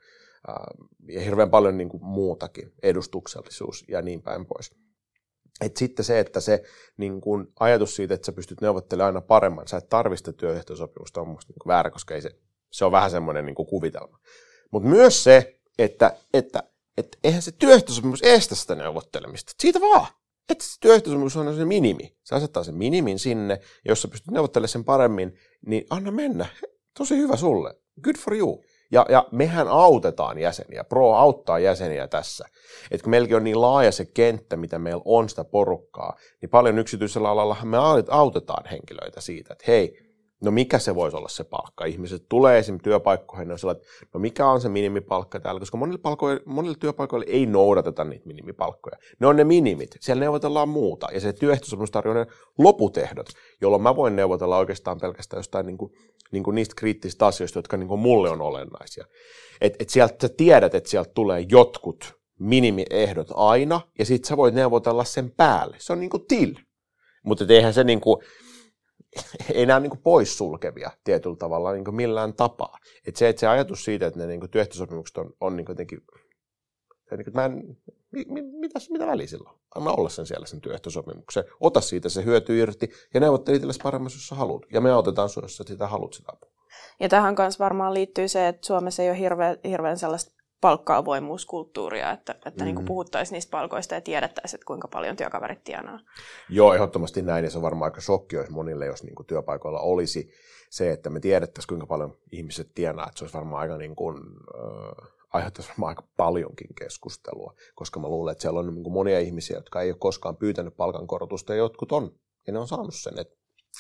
Ja hirveän paljon niin kuin muutakin, edustuksellisuus ja niin päin pois. Et sitten se, että se niin kuin ajatus siitä, että sä pystyt neuvottelemaan aina paremman, sä et tarvitse työehtosopimusta, on musta niin kuin väärä, koska ei se, se on vähän semmoinen niin kuin kuvitelma. Mutta myös se, että, että, että eihän se työehtosopimus estä sitä neuvottelemista, siitä vaan. Että se työehtosopimus on se minimi. Sä asettaa sen minimin sinne, ja jos sä pystyt neuvottelemaan sen paremmin, niin anna mennä. Tosi hyvä sulle. Good for you. Ja, ja mehän autetaan jäseniä, Pro auttaa jäseniä tässä. Että kun meilläkin on niin laaja se kenttä, mitä meillä on sitä porukkaa, niin paljon yksityisellä alalla me autetaan henkilöitä siitä, että hei, no mikä se voisi olla se palkka? Ihmiset tulee esimerkiksi työpaikkoihin, ja että no mikä on se minimipalkka täällä, koska monilla, monilla työpaikoilla ei noudateta niitä minimipalkkoja. Ne on ne minimit, siellä neuvotellaan muuta, ja se työehtosopimus tarjoaa ne loputehdot, jolloin mä voin neuvotella oikeastaan pelkästään jostain niin kuin, niin kuin niistä kriittisistä asioista, jotka niin kuin mulle on olennaisia. Että et sieltä sä tiedät, että sieltä tulee jotkut minimiehdot aina, ja sit sä voit neuvotella sen päälle. Se on niin kuin till. Mutta eihän se niin kuin, ei nämä ole niin poissulkevia tietyllä tavalla niin millään tapaa. Et se, että se ajatus siitä, että ne niin työehtosopimukset on, on niin jotenkin, niin kuin, mä en, mitä, mitä väliä sillä on? Anna olla sen siellä sen työehtosopimuksen. Ota siitä se hyöty irti ja neuvottele itsellesi paremmassa, jos sä haluat. Ja me autetaan sinua, jos sä sitä haluat sitä apua. Ja tähän kanssa varmaan liittyy se, että Suomessa ei ole hirveän, hirveän sellaista palkka-avoimuuskulttuuria, että, että mm. niin kuin puhuttaisiin niistä palkoista ja tiedettäisiin, että kuinka paljon työkaverit tienaa. Joo, ehdottomasti näin, ja se on varmaan aika shokki olisi monille, jos niin kuin työpaikoilla olisi se, että me tiedettäisiin, kuinka paljon ihmiset tienaa, että se olisi varmaan aika, niin kuin, äh, aiheuttaisi varmaan aika paljonkin keskustelua, koska mä luulen, että siellä on niin kuin monia ihmisiä, jotka ei ole koskaan pyytänyt palkankorotusta, ja jotkut on, ja ne on saanut sen, että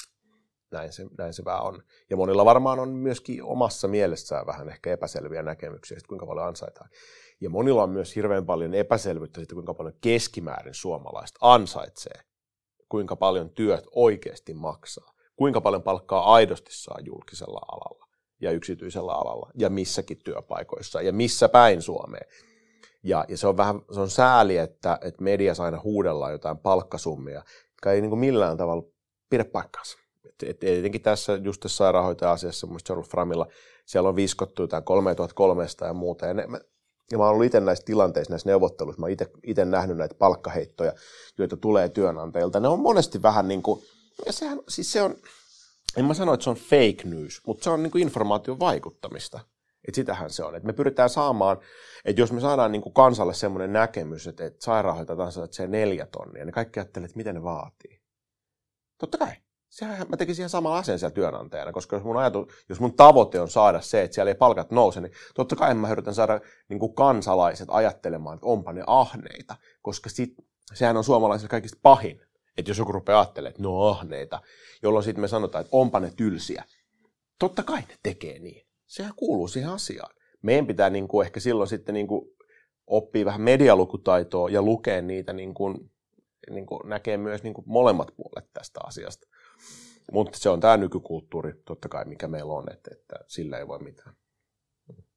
Näin se, näin se vähän on. Ja monilla varmaan on myöskin omassa mielessään vähän ehkä epäselviä näkemyksiä, että kuinka paljon ansaitaan. Ja monilla on myös hirveän paljon epäselvyyttä siitä, kuinka paljon keskimäärin suomalaiset ansaitsee, kuinka paljon työt oikeasti maksaa, kuinka paljon palkkaa aidosti saa julkisella alalla ja yksityisellä alalla ja missäkin työpaikoissa ja missä päin Suomeen. Ja, ja se on vähän se on sääli, että, että mediassa aina huudellaan jotain palkkasummia, jotka ei niin kuin millään tavalla pidä paikkaansa. Et etenkin tässä just tässä sairaanhoitaja-asiassa, mun Charles Framilla, siellä on viskottu jotain kolmetuhattakolmesataa ja muuta. Ja, ne, mä, ja mä oon ollut itse näissä tilanteissa, näissä neuvotteluissa, mä oon itse nähnyt näitä palkkaheittoja, joita tulee työnantajilta. Ne on monesti vähän niin kuin, ja sehän, siis se on, en mä sano, että se on fake news, mutta se on niin kuin informaation vaikuttamista. Että sitähän se on. Että me pyritään saamaan, että jos me saadaan niin kuin kansalle semmoinen näkemys, että, että sairaanhoitaja ansaitsee neljä tonnia, niin kaikki ajattelee, että mitä ne vaatii. Totta kai. Sehän mä tekisin ihan saman asian siellä työnantajana, koska jos mun, ajatu, jos mun tavoite on saada se, että siellä ei palkat nouse, niin totta kai mä yritän saada niin kuin kansalaiset ajattelemaan, että onpa ne ahneita, koska sit, sehän on suomalaisille kaikista pahin, että jos joku rupeaa ajattelemaan, että ne on ahneita, jolloin sitten me sanotaan, että onpa ne tylsiä. Totta kai ne tekee niin. Sehän kuuluu siihen asiaan. Meidän pitää niin kuin ehkä silloin sitten niin kuin oppia vähän medialukutaitoa ja lukea niitä, niin kuin, niin kuin näkee myös niin kuin molemmat puolet tästä asiasta. Mutta se on tämä nykykulttuuri, totta kai, mikä meillä on, että, että sillä ei voi mitään.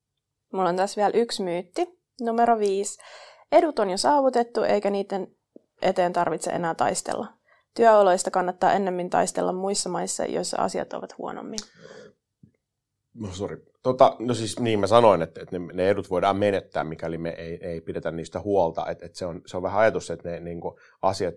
Mulla on tässä vielä yksi myytti. Numero viisi. Edut on jo saavutettu, eikä niiden eteen tarvitse enää taistella. Työoloista kannattaa ennemmin taistella muissa maissa, joissa asiat ovat huonommin. No, sorry. Tota, no siis niin mä sanoin, että, että ne, ne edut voidaan menettää, mikäli me ei, ei pidetä niistä huolta. Että, että se, on, se on vähän ajatus, että ne niin kuin asiat...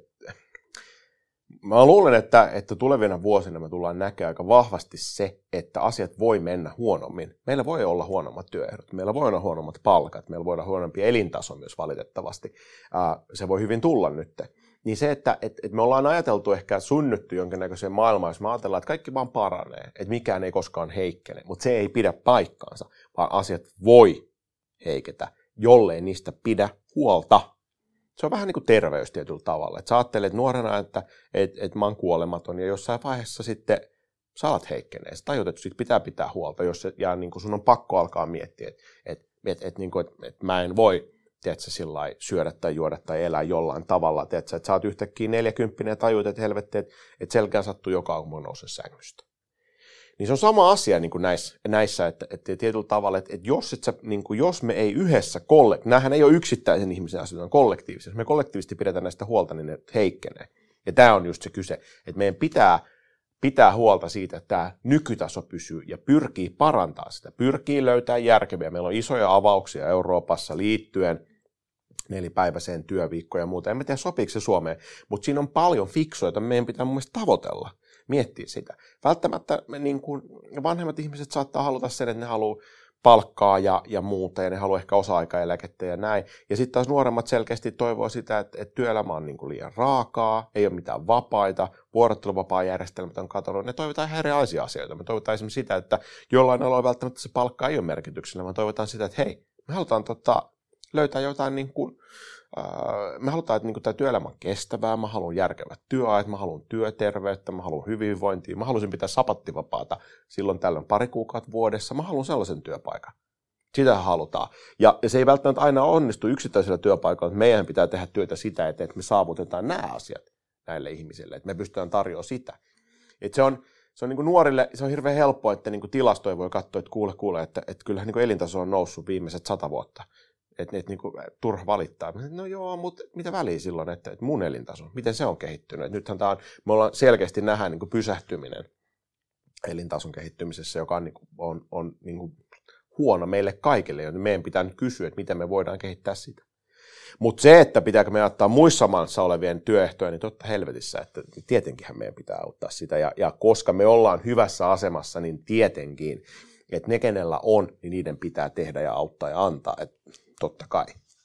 Mä luulen, että, että tulevina vuosina me tullaan näkemään aika vahvasti se, että asiat voi mennä huonommin. Meillä voi olla huonommat työehdot, meillä voi olla huonommat palkat, meillä voi olla huonompi elintaso myös valitettavasti. Ää, se voi hyvin tulla nyt. Niin se, että et, et me ollaan ajateltu ehkä synnytty jonkinnäköiseen maailmaan, jos me ajatellaan, että kaikki vaan paranee, että mikään ei koskaan heikkene, mutta se ei pidä paikkaansa, vaan asiat voi heiketä, jollei niistä pidä huolta. Se on vähän niin kuin terveys tietyllä tavalla. Että sä ajattelet nuorena, että et, et mä oon kuolematon ja jossain vaiheessa sitten sä alat heikkenee. Sä tajut, että siitä pitää pitää huolta, jos se, ja niin kuin sun on pakko alkaa miettiä, että et, et, et, niin kuin, et, et mä en voi tiedätkö, sillai, syödä tai juoda tai elää jollain tavalla. Tiedätkö, että sä oot yhtäkkiä neljäkymppinen ja tajut, että helvetti, että, että selkään sattuu joka aamu mä nousen sängystä. Niin se on sama asia niin kuin näissä, näissä että, että tietyllä tavalla, että, että jos, et sä, niin kuin, jos me ei yhdessä, kolle, näähän ei ole yksittäisen ihmisen asioita, on kollektiivisia. Jos me kollektiivisesti pidetään näistä huolta, niin ne heikkenee. Ja tämä on just se kyse, että meidän pitää pitää huolta siitä, että tämä nykytaso pysyy ja pyrkii parantaa sitä, pyrkii löytää järkeviä. Meillä on isoja avauksia Euroopassa liittyen nelipäiväiseen työviikkoon ja muuta. En mä tiedä, sopiiko se Suomeen, mutta siinä on paljon fiksuja, joita meidän pitää mun mielestä tavoitella, miettiä sitä. Välttämättä me niin kuin vanhemmat ihmiset saattaa haluta sen, että ne haluaa palkkaa ja, ja muuta, ja ne haluaa ehkä osa-aikaeläkettä ja näin. Ja sitten taas nuoremmat selkeästi toivoo sitä, että, että työelämä on niin kuin liian raakaa, ei ole mitään vapaita, vuorotteluvapaajärjestelmät on katonut. Ne toivotaan ihan erilaisia asioita. Me toivotaan esimerkiksi sitä, että jollain aloilla välttämättä se palkka ei ole merkityksellä, vaan toivotaan sitä, että hei, me halutaan tota, löytää jotain, niin kuin, äh, me halutaan, että niin kuin tämä työelämä on kestävää, mä haluan järkevät työajat, mä haluan työterveyttä, mä haluan hyvinvointia, mä haluaisin pitää sapattivapaata silloin tällöin pari kuukautta vuodessa, mä haluan sellaisen työpaikan. Sitä halutaan. Ja, ja se ei välttämättä aina onnistu yksittäisellä työpaikalla, että meidän pitää tehdä työtä sitä, että, että me saavutetaan nämä asiat näille ihmisille, että me pystytään tarjoamaan sitä. Että se on, se on niin kuin nuorille, se on hirveän helppoa, että niin kuin tilastoja voi katsoa, että kuule, kuule, että, että kyllähän niin kuin elintaso on noussut viimeiset sata vuotta. Että et, niinku, turha valittaa. No joo, mutta mitä väliä silloin, että et mun elintaso, miten se on kehittynyt? Et nythän tää on, me ollaan selkeästi nähdään niinku pysähtyminen elintason kehittymisessä, joka on, niinku, on, on niinku huono meille kaikille, joten meidän pitää nyt kysyä, että miten me voidaan kehittää sitä. Mutta se, että pitääkö me ottaa muissa maissa olevien työehtoja, niin totta helvetissä, että tietenkinhän meidän pitää auttaa sitä. Ja, ja koska me ollaan hyvässä asemassa, niin tietenkin, että ne, kenellä on, niin niiden pitää tehdä ja auttaa ja antaa. Et totta kai.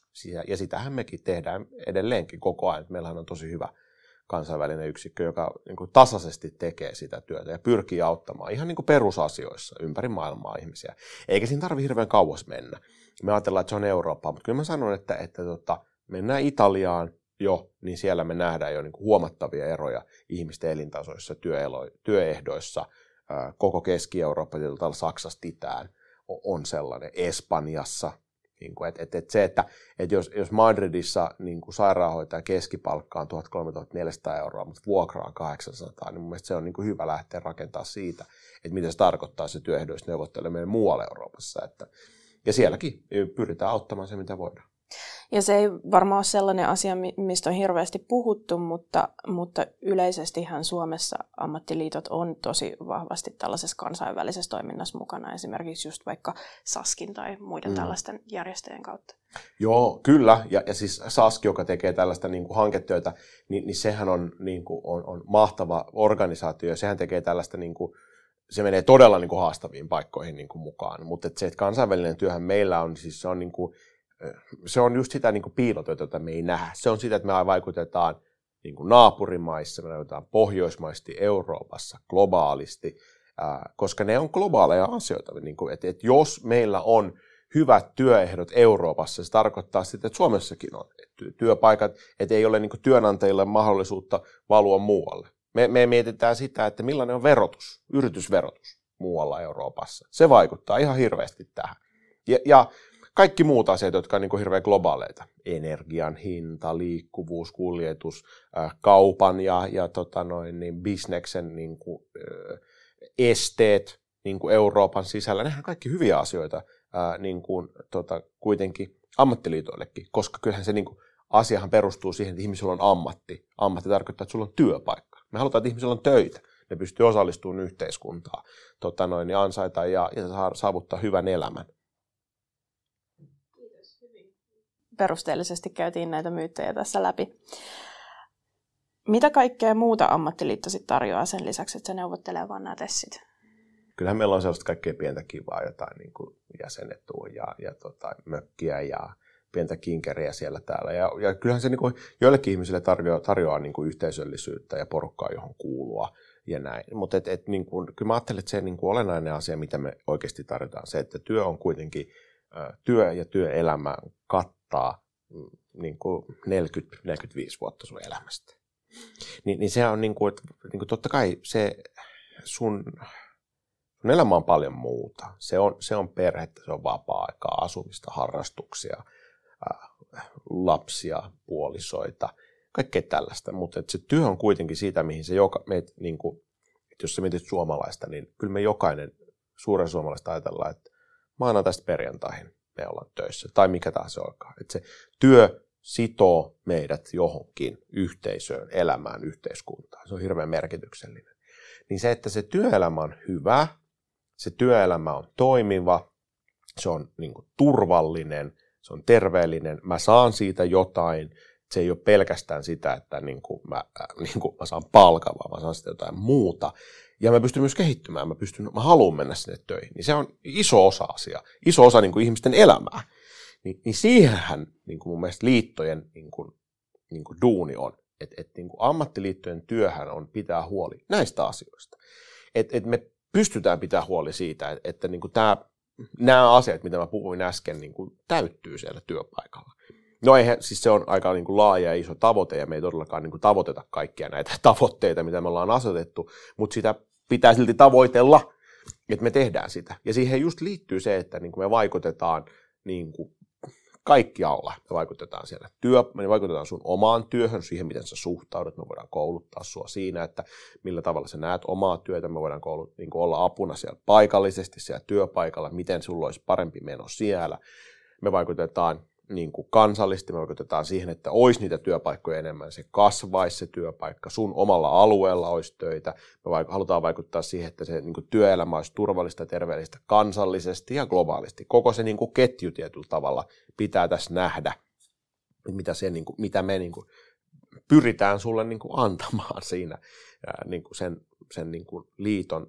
Ja sitähän mekin tehdään edelleenkin koko ajan. Meillähän on tosi hyvä kansainvälinen yksikkö, joka niin kuin tasaisesti tekee sitä työtä ja pyrkii auttamaan ihan niin kuin perusasioissa ympäri maailmaa ihmisiä. Eikä siinä tarvitse hirveän kauas mennä. Me ajatellaan, että se on Eurooppaa, mutta kyllä mä sanon, että, että tota, mennään Italiaan jo, niin siellä me nähdään jo niin kuin huomattavia eroja ihmisten elintasoissa, työelo, työehdoissa. Koko Keski-Eurooppa, tietyllä Saksasta itään, on sellainen. Espanjassa. Niin kuin, et, et, et se, että et jos, jos Madridissa niin kuin sairaanhoitaja keskipalkka on tuhatkolmesataaneljäsataa euroa, mutta vuokra on kahdeksansataa, niin mun mielestä se on niin kuin hyvä lähteä rakentamaan siitä, että mitä se tarkoittaa se työehdoissa neuvotteleminen muualla Euroopassa. Että, ja sielläkin pyritään auttamaan se, mitä voidaan. Ja se ei varmaan ole sellainen asia, mistä on hirveästi puhuttu, mutta, mutta yleisestihän Suomessa ammattiliitot on tosi vahvasti tällaisessa kansainvälisessä toiminnassa mukana, esimerkiksi just vaikka SASKin tai muiden mm. tällaisten järjestöjen kautta. Joo, kyllä. Ja, ja siis SASK, joka tekee tällaista niin kuin hanketyötä, niin, niin sehän on, niin kuin, on, on mahtava organisaatio, ja sehän tekee tällaista, niin kuin, se menee todella niin kuin haastaviin paikkoihin niin kuin mukaan. Mutta se, että kansainvälinen työhän meillä on, siis se on niin kuin, se on just sitä niin kuin piilotyötä, jota me ei nähdä. Se on sitä, että me vaikutetaan niin kuin naapurimaissa, me vaikutetaan pohjoismaisesti, Euroopassa, globaalisti, ää, koska ne on globaaleja asioita. Niin kuin, että, että jos meillä on hyvät työehdot Euroopassa, se tarkoittaa sitä, että Suomessakin on työpaikat, että ei ole niin kuin työnantajille mahdollisuutta valua muualle. Me, me mietitään sitä, että millainen on verotus, yritysverotus muualla Euroopassa. Se vaikuttaa ihan hirveästi tähän. Ja, ja kaikki muut asiat, jotka on niin kuin hirveän globaaleita. Energian hinta, liikkuvuus, kuljetus, äh, kaupan ja, ja tota noin, niin bisneksen niin kuin, äh, esteet niin kuin Euroopan sisällä. Nehän on kaikki hyviä asioita äh, niin kuin, tota, kuitenkin ammattiliitoillekin, koska kyllähän se niin kuin, asiahan perustuu siihen, että ihmisillä on ammatti. Ammatti tarkoittaa, että sulla on työpaikka. Me halutaan, että ihmisillä on töitä. Ne pystyy osallistumaan yhteiskuntaan, tota noin, niin ansaita ja, ja saavuttaa hyvän elämän. Kiitos. Hyvin. Perusteellisesti käytiin näitä myyttejä tässä läpi. Mitä kaikkea muuta ammattiliitto sit tarjoaa sen lisäksi, että se neuvottelee vaan nämä tessit? Kyllähän meillä on sellaista kaikkea pientä kivaa, jotain niin kuin jäsenetua ja, ja tota, mökkiä ja pientä kinkeriä siellä täällä. Ja, ja kyllähän se niin kuin, joillekin ihmisille tarjoaa, tarjoaa niin kuin yhteisöllisyyttä ja porukkaa, johon kuulua ja näin. Mutta et, et, niin kuin, kyllä mä ajattelen, että se niin kuin olennainen asia, mitä me oikeasti tarjotaan, se, että työ on kuitenkin, työ ja työelämä kattaa niin kuin neljäkymmentä neljäkymmentäviisi vuotta sun elämästä. Ni, niin se on niin kuin, että niin kuin totta kai se sun... Sun elämä on paljon muuta. Se on, se on perhettä, se on vapaa-aikaa, asumista, harrastuksia, äh, lapsia, puolisoita, kaikkea tällaista. Mutta se työ on kuitenkin siitä, mihin se joka, meet, niin kuin, että jos sä mietit suomalaista, niin kyllä me jokainen suuren suomalaista ajatellaan, että maanantaista perjantaihin me ollaan töissä, tai mikä tahansa onkaan. Että se työ sitoo meidät johonkin yhteisöön, elämään, yhteiskuntaan. Se on hirveän merkityksellinen. Niin se, että se työelämä on hyvä, se työelämä on toimiva, se on niin kuin turvallinen, se on terveellinen, mä saan siitä jotain, se ei ole pelkästään sitä, että niin kuin mä, äh, niin kuin mä saan palkan, vaan mä saan sitä jotain muuta. Ja mä pystyn myös kehittymään, mä, pystyn, mä haluan mennä sinne töihin. Niin se on iso osa asia, iso osa niin kuin ihmisten elämää. Ni, niin siihenhän niin kuin mun mielestä liittojen niin kuin, niin kuin duuni on. Että et, niin kuin ammattiliittojen työhän on pitää huoli näistä asioista. Että et me pystytään pitämään huoli siitä, että, että niin kuin tämä, nämä asiat, mitä mä puhuin äsken, niin kuin täyttyy siellä työpaikalla. No eihän, siis se on aika niin kuin laaja ja iso tavoite, ja me ei todellakaan niin kuin tavoiteta kaikkia näitä tavoitteita, mitä me ollaan asetettu, mutta sitä pitää silti tavoitella, että me tehdään sitä. Ja siihen just liittyy se, että niin kuin me vaikutetaan niin kuin kaikkialla. Me vaikutetaan siellä työ, me vaikutetaan sun omaan työhön, siihen miten sä suhtaudut. Me voidaan kouluttaa sua siinä, että millä tavalla sä näet omaa työtä. Me voidaan koulut, niin kuin olla apuna siellä paikallisesti, siellä työpaikalla, miten sulla olisi parempi meno siellä. Me vaikutetaan niin kuin kansallisesti, me vaikutetaan siihen, että olisi niitä työpaikkoja enemmän, se kasvaisi se työpaikka, sun omalla alueella olisi töitä. Me vaik- halutaan vaikuttaa siihen, että se niin kuin työelämä olisi turvallista ja terveellistä kansallisesti ja globaalisti. Koko se niin kuin ketju tietyllä tavalla pitää tässä nähdä, mitä, se, niin kuin, mitä me niin kuin pyritään sulle niin kuin antamaan siinä ää, niin kuin sen, sen niin kuin liiton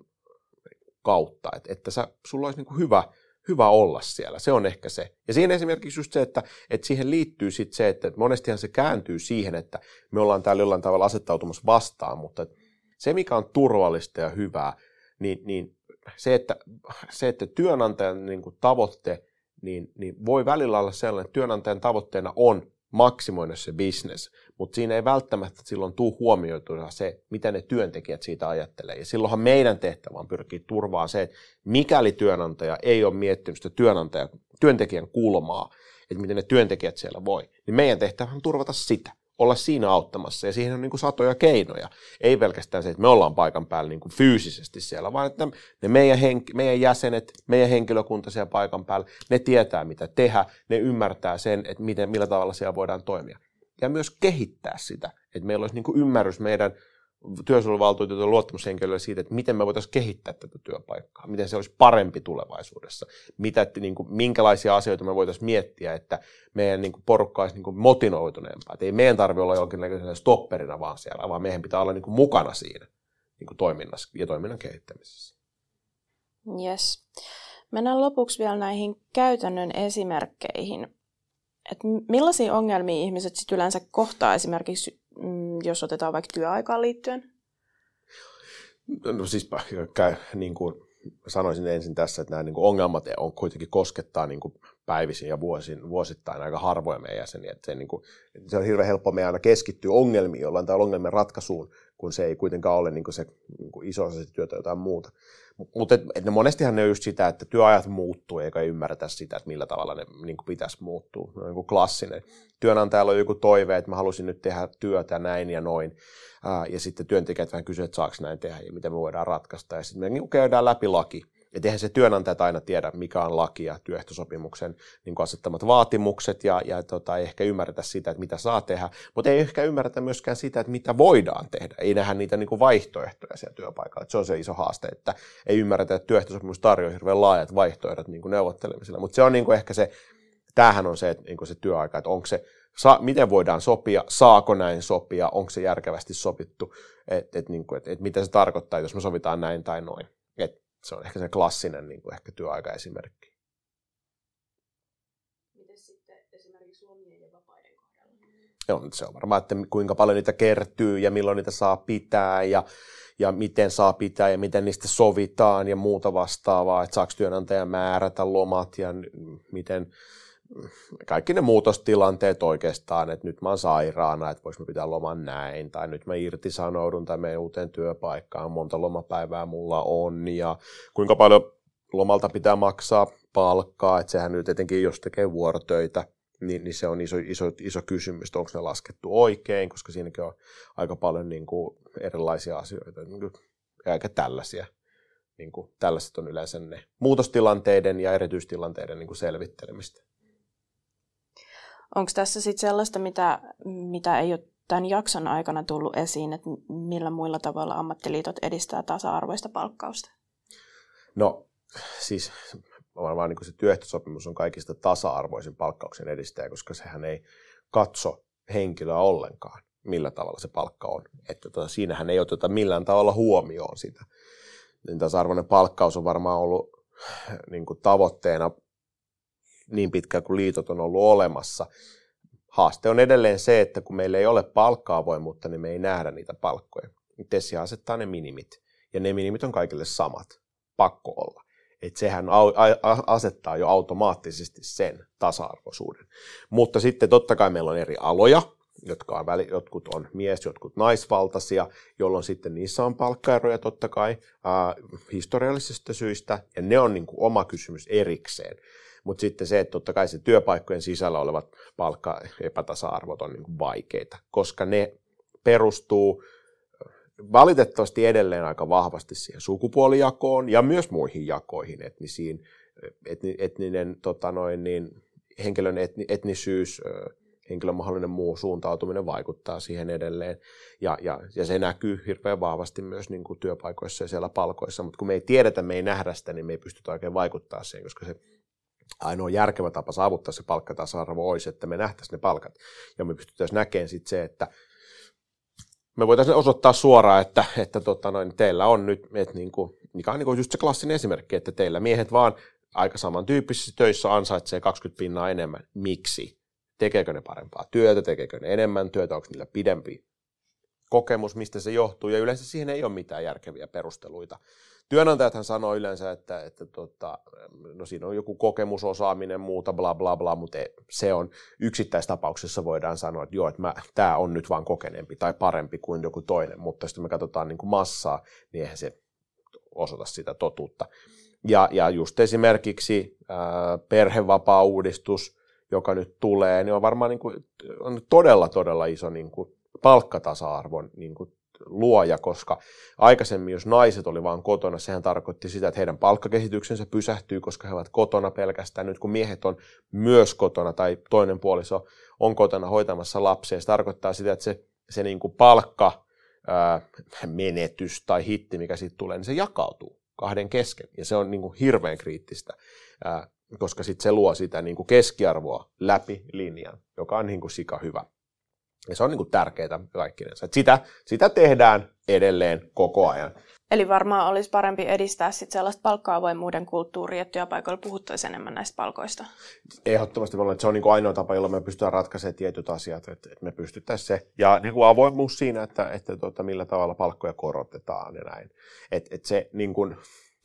kautta, että, että sä, sulla olisi niin kuin hyvä Hyvä olla siellä, se on ehkä se. Ja siinä esimerkiksi just se, että, että siihen liittyy sit se, että monestihan se kääntyy siihen, että me ollaan täällä jollain tavalla asettautumassa vastaan, mutta se, mikä on turvallista ja hyvää, niin, niin se, että, se, että työnantajan niin kuin tavoitte, niin, niin voi välillä olla sellainen, että työnantajan tavoitteena on maksimoida se business, mutta siinä ei välttämättä silloin tule huomioitua se, mitä ne työntekijät siitä ajattelee. Ja silloinhan meidän tehtävä on pyrkiä turvaan se, että mikäli työnantaja ei ole miettinyt sitä työnantaja, työntekijän kulmaa, että miten ne työntekijät siellä voi, niin meidän tehtävä on turvata sitä, olla siinä auttamassa. Ja siihen on niin kuin satoja keinoja. Ei pelkästään se, että me ollaan paikan päällä niin kuin fyysisesti siellä, vaan että ne meidän, henk- meidän jäsenet, meidän henkilökunta siellä paikan päällä, ne tietää mitä tehdä, ne ymmärtää sen, että miten, millä tavalla siellä voidaan toimia. Ja myös kehittää sitä, että meillä olisi niin kuin ymmärrys meidän työsuojeluvaltuutetun luottamushenkilöille siitä, että miten me voitaisiin kehittää tätä työpaikkaa, miten se olisi parempi tulevaisuudessa, mitä, niin kuin, minkälaisia asioita me voitaisiin miettiä, että meidän niin kuin, porukka olisi niin kuin, motivoituneempaa. Että ei meidän tarvitse olla jonkinlaisena stopperina vaan siellä, vaan meidän pitää olla niin kuin, mukana siinä niin kuin, toiminnassa ja toiminnan kehittämisessä. Yes. Mennään lopuksi vielä näihin käytännön esimerkkeihin. Et millaisia ongelmia ihmiset sit yleensä kohtaa esimerkiksi, jos otetaan vaikka työaikaan liittyen? No siis niin kuin sanoisin ensin tässä, että nämä niin kuin ongelmat on kuitenkin koskettaa niin kuin päivisin ja vuosin, vuosittain aika harvoja meidän jäseniä. Että se, niin kuin, se on hirveän helppo meidän aina keskittyä ongelmiin jollain tai ongelmien ratkaisuun, kun se ei kuitenkaan ole niin kuin se niin kuin iso osa työtä jotain muuta. Mutta monestihan ne on just sitä, että työajat muuttuu eikä ymmärretä sitä, että millä tavalla ne niin kuin pitäisi muuttua. Ne on niin kuin klassinen. Työnantajalla on joku toive, että mä haluaisin nyt tehdä työtä näin ja noin. Ää, ja sitten työntekijät vähän kysyvät, että saako näin tehdä ja miten me voidaan ratkaista. Ja sitten me niin kuin käydään läpi laki. Et eihän se työnantajat aina tiedä, mikä on laki ja työehtosopimuksen niin kuin asettamat vaatimukset ja, ja tota, ei ehkä ymmärretä sitä, että mitä saa tehdä, mutta ei ehkä ymmärretä myöskään sitä, että mitä voidaan tehdä. Ei nähdä niitä niin kuin vaihtoehtoja siellä työpaikalla. Et se on se iso haaste, että ei ymmärretä, että työehtosopimus tarjoaa hirveän laajat vaihtoehdot niin kuin neuvottelemisella. Mutta se on niin kuin ehkä se, tämähän on se, että, niin kuin se työaika, että onko se, sa, miten voidaan sopia, saako näin sopia, onko se järkevästi sopittu, että et, niin et, et mitä se tarkoittaa, jos me sovitaan näin tai noin. Et, se on ehkä se klassinen niin kuin ehkä työaikaesimerkki. Miten sitten esimerkiksi lomien ja vapaiden kohdalla? Joo, se on varmaan, että kuinka paljon niitä kertyy ja milloin niitä saa pitää ja, ja miten saa pitää ja miten niistä sovitaan ja muuta vastaavaa, että saako työnantaja määrätä lomat ja miten kaikki ne muutostilanteet oikeastaan, että nyt mä oon sairaana, että vois mä pitää loman näin, tai nyt mä irtisanoudun tai menen uuteen työpaikkaan, monta lomapäivää mulla on, ja kuinka paljon lomalta pitää maksaa palkkaa, että sehän nyt etenkin, jos tekee vuorotöitä, niin, niin se on iso, iso, iso kysymys, että onko ne laskettu oikein, koska siinäkin on aika paljon niin kuin erilaisia asioita, niin kuin, aika tällaisia. Niin kuin, tällaiset on yleensä ne muutostilanteiden ja erityistilanteiden niin kuin selvittelemistä. Onko tässä sitten sellaista, mitä, mitä ei ole tämän jakson aikana tullut esiin, että millä muilla tavalla ammattiliitot edistää tasa-arvoista palkkausta? No siis varmaan niin kuin se työehtosopimus on kaikista tasa-arvoisin palkkauksen edistäjä, koska sehän ei katso henkilöä ollenkaan, millä tavalla se palkka on. Että tota, siinähän ei oteta millään tavalla huomioon sitä. Niin tasa-arvoinen palkkaus on varmaan ollut niin kuin tavoitteena niin pitkään kuin liitot on ollut olemassa. Haaste on edelleen se, että kun meillä ei ole palkka-avoimuutta, niin me ei nähdä niitä palkkoja. TESiä asettaa ne minimit, ja ne minimit on kaikille samat. Pakko olla. Että sehän asettaa jo automaattisesti sen tasa-arvoisuuden. Mutta sitten totta kai meillä on eri aloja, jotka on väli, jotkut on mies, jotkut naisvaltaisia, jolloin sitten niissä on palkkaeroja totta kai ää, historiallisista syistä, ja ne on niin kuin oma kysymys erikseen. Mutta sitten se, että totta kai se työpaikkojen sisällä olevat palkkaepätasa-arvot on niin kuin vaikeita, koska ne perustuu valitettavasti edelleen aika vahvasti siihen sukupuolijakoon ja myös muihin jakoihin, etnisiin, etni, etninen tota noin, niin, henkilön etni, etnisyys, henkilön mahdollinen muu suuntautuminen vaikuttaa siihen edelleen, ja, ja, ja se näkyy hirveän vahvasti myös niin kuin työpaikoissa ja siellä palkoissa, mutta kun me ei tiedetä, me ei nähdä sitä, niin me ei pystytä oikein vaikuttaa siihen, koska se ainoa järkevä tapa saavuttaa se palkkatasa-arvo olisi, että me nähtäisiin ne palkat, ja me pystyttäisiin näkemään sitten se, että me voitaisiin osoittaa suoraan, että, että tota noin, teillä on nyt, että niin kuin, mikä on niin kuin just se klassinen esimerkki, että teillä miehet vaan aika samantyyppisissä töissä ansaitsee kaksikymmentä pinnaa enemmän. Miksi? Tekeekö ne parempaa työtä, tekeekö ne enemmän työtä, onko niillä pidempi kokemus, mistä se johtuu, ja yleensä siihen ei ole mitään järkeviä perusteluita. Työnantajathan sanoo yleensä, että, että tota, no siinä on joku kokemusosaaminen, muuta, bla bla bla, mutta se on yksittäistapauksessa voidaan sanoa, että joo, että tämä on nyt vaan kokeneempi tai parempi kuin joku toinen, mutta sitten me katsotaan niin kuin massaa, niin eihän se osoita sitä totuutta. Ja, ja just esimerkiksi ää, perhevapaa-uudistus, joka nyt tulee, niin on varmaan niin kuin, on todella, todella iso niin kuin palkkatasa-arvon niin kuin luoja, koska aikaisemmin, jos naiset oli vaan kotona, sehän tarkoitti sitä, että heidän palkkakehityksensä pysähtyy, koska he ovat kotona pelkästään. Nyt kun miehet on myös kotona tai toinen puoliso on kotona hoitamassa lapsia, se tarkoittaa sitä, että se, se niin kuin palkka, ää, menetys tai hitti, mikä siitä tulee, niin se jakautuu kahden kesken. Ja se on niin kuin hirveän kriittistä, ää, koska sitten se luo sitä niin kuin keskiarvoa läpi linjan, joka on niin kuin sika hyvä. Ja se on niin kuin tärkeää kaikkinensa. Sitä, sitä tehdään edelleen koko ajan. Eli varmaan olisi parempi edistää sit sellaista palkka-avoimuuden kulttuuria, että työpaikoilla puhuttaisiin enemmän näistä palkoista. Ehdottomasti että se on niin kuin ainoa tapa, jolla me pystytään ratkaisemaan tietyt asiat, että me pystyttäisiin se. Ja niin kuin avoimuus siinä, että, että tuota, millä tavalla palkkoja korotetaan ja näin. Että et se niin kuin,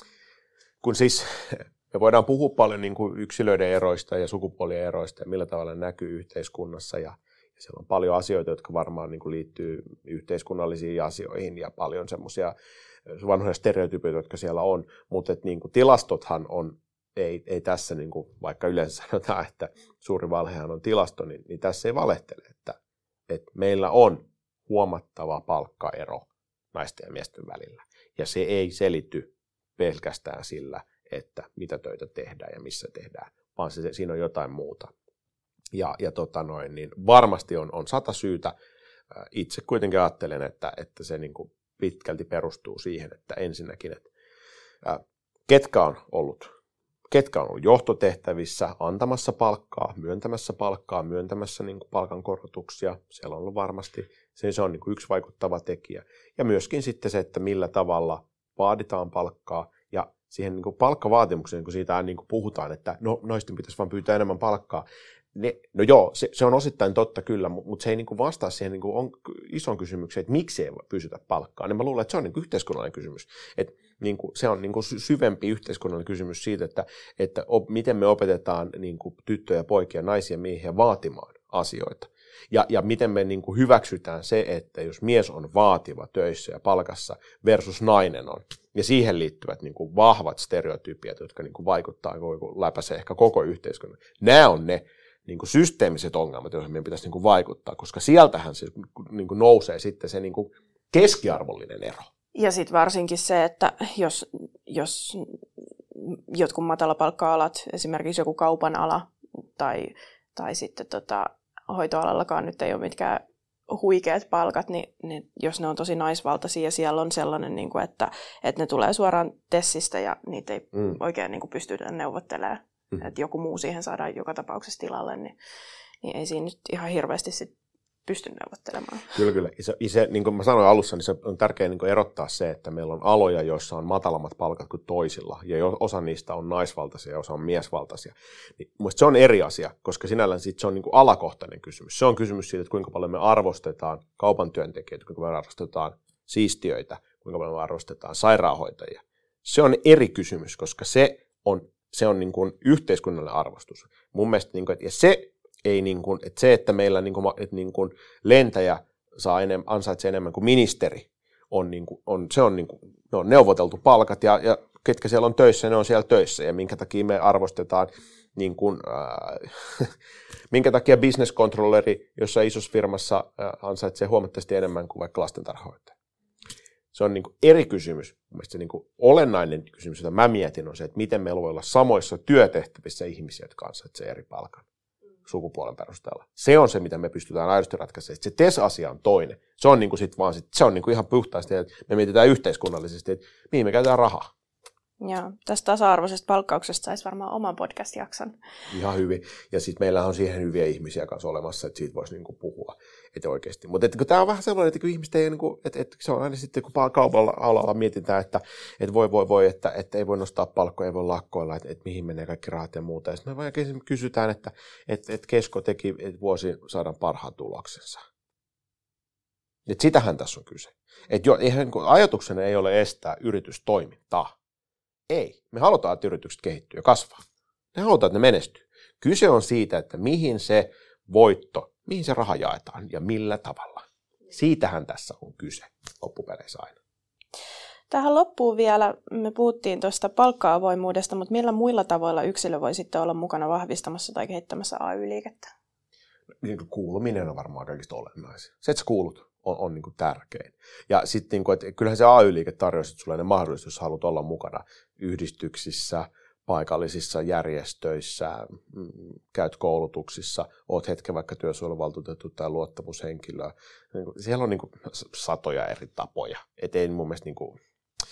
kun siis me voidaan puhua paljon niin kuin yksilöiden eroista ja sukupuolien eroista ja millä tavalla ne näkyy yhteiskunnassa ja siellä on paljon asioita, jotka varmaan niin kuin liittyy yhteiskunnallisiin asioihin ja paljon semmoisia vanhoja stereotypioita, jotka siellä on, mutta että niin kuin tilastothan on, ei, ei tässä, niin kuin, vaikka yleensä sanotaan, että suuri valhehan on tilasto, niin, niin tässä ei valehtele, että, että meillä on huomattava palkkaero naisten ja miesten välillä. Ja se ei selity pelkästään sillä, että mitä töitä tehdään ja missä tehdään, vaan se, siinä on jotain muuta. Ja, ja tota noin, niin varmasti on, on sata syytä. Itse kuitenkin ajattelen, että, että se niin kuin pitkälti perustuu siihen, että ensinnäkin, että ää, ketkä on ollut, ketkä on ollut johtotehtävissä antamassa palkkaa, myöntämässä palkkaa, myöntämässä niin kuin palkankorotuksia. Siellä on ollut varmasti, se, se on niin kuin yksi vaikuttava tekijä. Ja myöskin sitten se, että millä tavalla vaaditaan palkkaa ja siihen niin kuin palkkavaatimukseen, kun siitä niin kuin puhutaan, että no, naisten pitäisi vaan pyytää enemmän palkkaa. Ne, no joo, se, se on osittain totta kyllä, mutta se ei niin kuin vastaa siihen niin kuin on ison kysymykseen, että miksi ei pysytä palkkaa. Niin mä luulen, että se on niin kuin yhteiskunnallinen kysymys. Et, niin kuin, se on niin kuin syvempi yhteiskunnallinen kysymys siitä, että, että op, miten me opetetaan niin kuin tyttöjä, poikia, naisia, miehiä vaatimaan asioita. Ja, ja miten me niin kuin hyväksytään se, että jos mies on vaativa töissä ja palkassa versus nainen on. Ja siihen liittyvät niin kuin vahvat stereotypiat, jotka niin kuin vaikuttaa, läpäisee ehkä koko yhteiskunnan. Nämä on ne niin kuin systeemiset ongelmat, joihin meidän pitäisi niin kuin vaikuttaa, koska sieltähän se niin kuin nousee sitten se niin kuin keskiarvollinen ero. Ja sitten varsinkin se, että jos, jos jotkut matalapalkka-alat, esimerkiksi joku kaupan ala tai, tai sitten tota, hoitoalallakaan nyt ei ole mitkään huikeat palkat, niin, niin jos ne on tosi naisvaltaisia ja siellä on sellainen, niin kuin, että, että ne tulee suoraan tessistä ja niitä ei mm. oikein niin kuin pystytä neuvottelemaan, mm. että joku muu siihen saadaan joka tapauksessa tilalle, niin, niin ei siinä nyt ihan hirveästi sit pysty neuvottelemaan. Kyllä, kyllä. Se, se, niin kuin mä sanoin alussa, niin se on tärkeää niin kuin erottaa se, että meillä on aloja, joissa on matalammat palkat kuin toisilla, ja osa niistä on naisvaltaisia ja osa on miesvaltaisia. Niin, mun se on eri asia, koska sinällään sit se on niin kuin alakohtainen kysymys. Se on kysymys siitä, että kuinka paljon me arvostetaan kaupan työntekijöitä, kuinka paljon me arvostetaan siistiöitä, kuinka paljon me arvostetaan sairaanhoitajia. Se on eri kysymys, koska se on, se on niin kuin yhteiskunnallinen arvostus. Mun mielestä, niin kuin, ja se ei niin kuin, että se, että meillä niin kuin, että niin kuin lentäjä saa enemmän, ansaitsee enemmän kuin ministeri, on niin kuin, on, se on, niin kuin, ne on neuvoteltu palkat ja, ja ketkä siellä on töissä, ne on siellä töissä ja minkä takia me arvostetaan, niin kuin, äh, minkä takia business controlleri jossain isossa firmassa äh, ansaitsee huomattavasti enemmän kuin vaikka lastentarhoittaja. Se on niin kuin eri kysymys. Mielestäni se niin kuin olennainen kysymys, jota mä mietin, on se, että miten meillä voi olla samoissa työtehtävissä ihmisiä, jotka ansaitsee eri palkan sukupuolen perusteella. Se on se, mitä me pystytään aidosti ratkaisemaan. Se T E S-asia on toinen. Se on, niin kuin sit vaan sit, se on niin kuin ihan puhtaasti, että me mietitään yhteiskunnallisesti, että mihin me käytetään rahaa. Joo, tästä tasa-arvoisesta palkkauksesta saisi varmaan oman podcast-jakson. Ihan hyvin. Ja sitten meillä on siihen hyviä ihmisiä kanssa olemassa, että siitä voisi niinku puhua että oikeasti. Mutta tämä on vähän sellainen, että kun ihmiset ei, niinku, että, että se on aina sitten, kun kaupalla alalla mietitään, että, että voi, voi, voi, että, että ei voi nostaa palkkoja, ei voi lakkoilla, että, että mihin menee kaikki rahat ja muuta. Ja sitten me vaan kysytään, että, että, että Kesko teki että vuosi saadaan parhaan tuloksensa. Että sitähän tässä on kyse. Että jo, eihän, ajatuksena ei ole estää yritystoimintaa. Ei. Me halutaan, että yritykset kehittyy ja kasvaa. Me halutaan, että ne menestyy. Kyse on siitä, että mihin se voitto, mihin se raha jaetaan ja millä tavalla. Siitähän tässä on kyse loppupeleissä aina. Tähän loppuun vielä, me puhuttiin tuosta palkka-avoimuudesta, mutta millä muilla tavoilla yksilö voi sitten olla mukana vahvistamassa tai kehittämässä A Y-liikettä? Kuuluminen on varmaan kaikista olennaisin. Se, että sä kuulut, on, on niin kuin tärkein. Ja sitten, niin kuin, että kyllähän se A Y-liike tarjoaa sulle ne mahdollisuus, jos haluat olla mukana yhdistyksissä, paikallisissa järjestöissä, käyt koulutuksissa, oot hetken vaikka työsuojeluvaltuutettu tai luottamushenkilö. Siellä on niin kuin satoja eri tapoja. Et ei mun mielestä, niin kuin,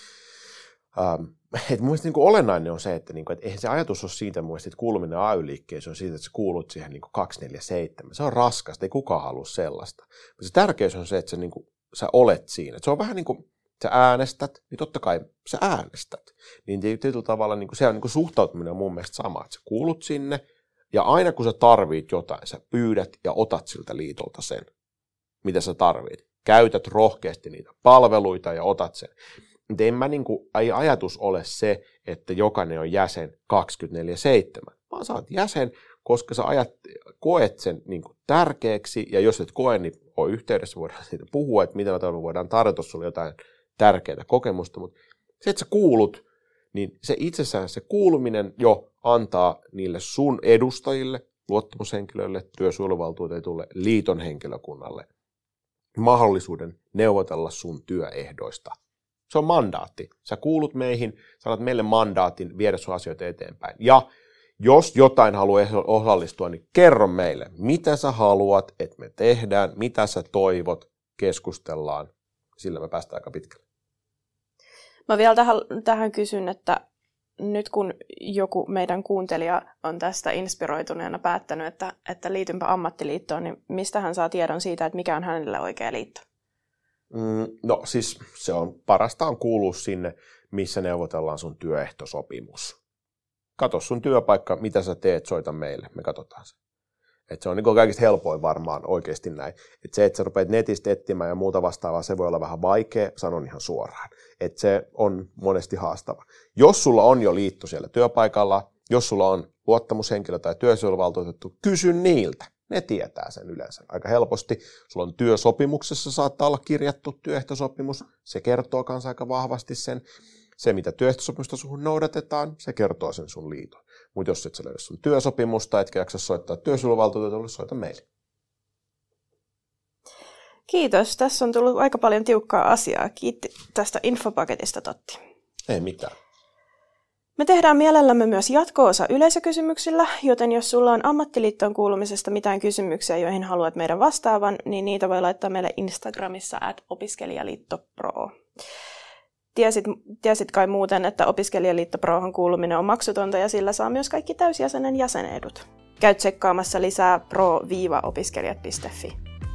ähm, et mun mielestä niin kuin olennainen on se, että, niin kuin, että eihän se ajatus ole siitä, mun mielestä, että kuuluminen A Y-liikkeeseen on siitä, että sä kuulut siihen niin kuin kaksikymmentäneljä seitsemän. Se on raskasta, ei kukaan halua sellaista. Mutta se tärkeys on se, että sä, niin kuin, sä olet siinä. Et se on vähän niin kuin sä äänestät, niin totta kai sä äänestät. Niin tietyllä tavalla niin se on, niin suhtautuminen on mun mielestä sama, että sä kuulut sinne, ja aina kun sä tarvit jotain, sä pyydät ja otat siltä liitolta sen, mitä sä tarvit. Käytät rohkeasti niitä palveluita ja otat sen. Mutta en mä niin kuin, ei ajatus ole se, että jokainen on jäsen kaksikymmentäneljä seitsemän, vaan sä oot jäsen, koska sä ajat, koet sen niin kuin tärkeäksi, ja jos et koe, niin on yhteydessä, voidaan siitä puhua, että miten me voidaan tarjota sulle jotain tärkeää kokemusta, mutta se, että sä kuulut, niin se itsessään se kuuluminen jo antaa niille sun edustajille, luottamushenkilöille, työsuojeluvaltuutetulle, liiton henkilökunnalle mahdollisuuden neuvotella sun työehdoista Se on mandaatti. Sä kuulut meihin, sä annat meille mandaatin viedä sun asioita eteenpäin. Ja jos jotain haluaa osallistua, niin kerro meille, mitä sä haluat, että me tehdään, mitä sä toivot, keskustellaan. Sillä me päästään aika pitkälle. Mä vielä tähän, tähän kysyn, että nyt kun joku meidän kuuntelija on tästä inspiroituneena päättänyt, että, että liitynpä ammattiliittoon, niin mistä hän saa tiedon siitä, että mikä on hänelle oikea liitto? Mm, no siis se on parastaan kuulua sinne, missä neuvotellaan sun työehtosopimus. Kato sun työpaikka, mitä sä teet, soita meille, me katsotaan se. Et se on niin kaikista helpoin varmaan oikeasti näin. Et se, että sä rupeat netistä etsimään ja muuta vastaavaa, se voi olla vähän vaikea, sanon ihan suoraan. Et se on monesti haastava. Jos sulla on jo liitto siellä työpaikalla, jos sulla on luottamushenkilö tai työsuojeluvaltuutettu, kysy niiltä. Ne tietää sen yleensä aika helposti. Sulla on työsopimuksessa saattaa olla kirjattu työehtosopimus, se kertoo kanssa aika vahvasti sen. Se, mitä työehtosopimusta suhun noudatetaan, se kertoo sen sun liiton. Mutta jos et sä löydä sun työsopimusta, etkä jaksa soittaa työsuojeluvaltuutetulle, soita meille. Kiitos. Tässä on tullut aika paljon tiukkaa asiaa. Kiitti tästä infopaketista, Totti. Ei mitään. Me tehdään mielellämme myös jatko-osa yleisökysymyksillä, joten jos sulla on ammattiliittoon kuulumisesta mitään kysymyksiä, joihin haluat meidän vastaavan, niin niitä voi laittaa meille Instagramissa at opiskelijaliittopro. Tiesit, tiesit kai muuten, että Opiskelijaliitto Prohan kuuluminen on maksutonta ja sillä saa myös kaikki täysjäsenen jäsenedut. Käy tsekkaamassa lisää pro opiskelijat piste fi.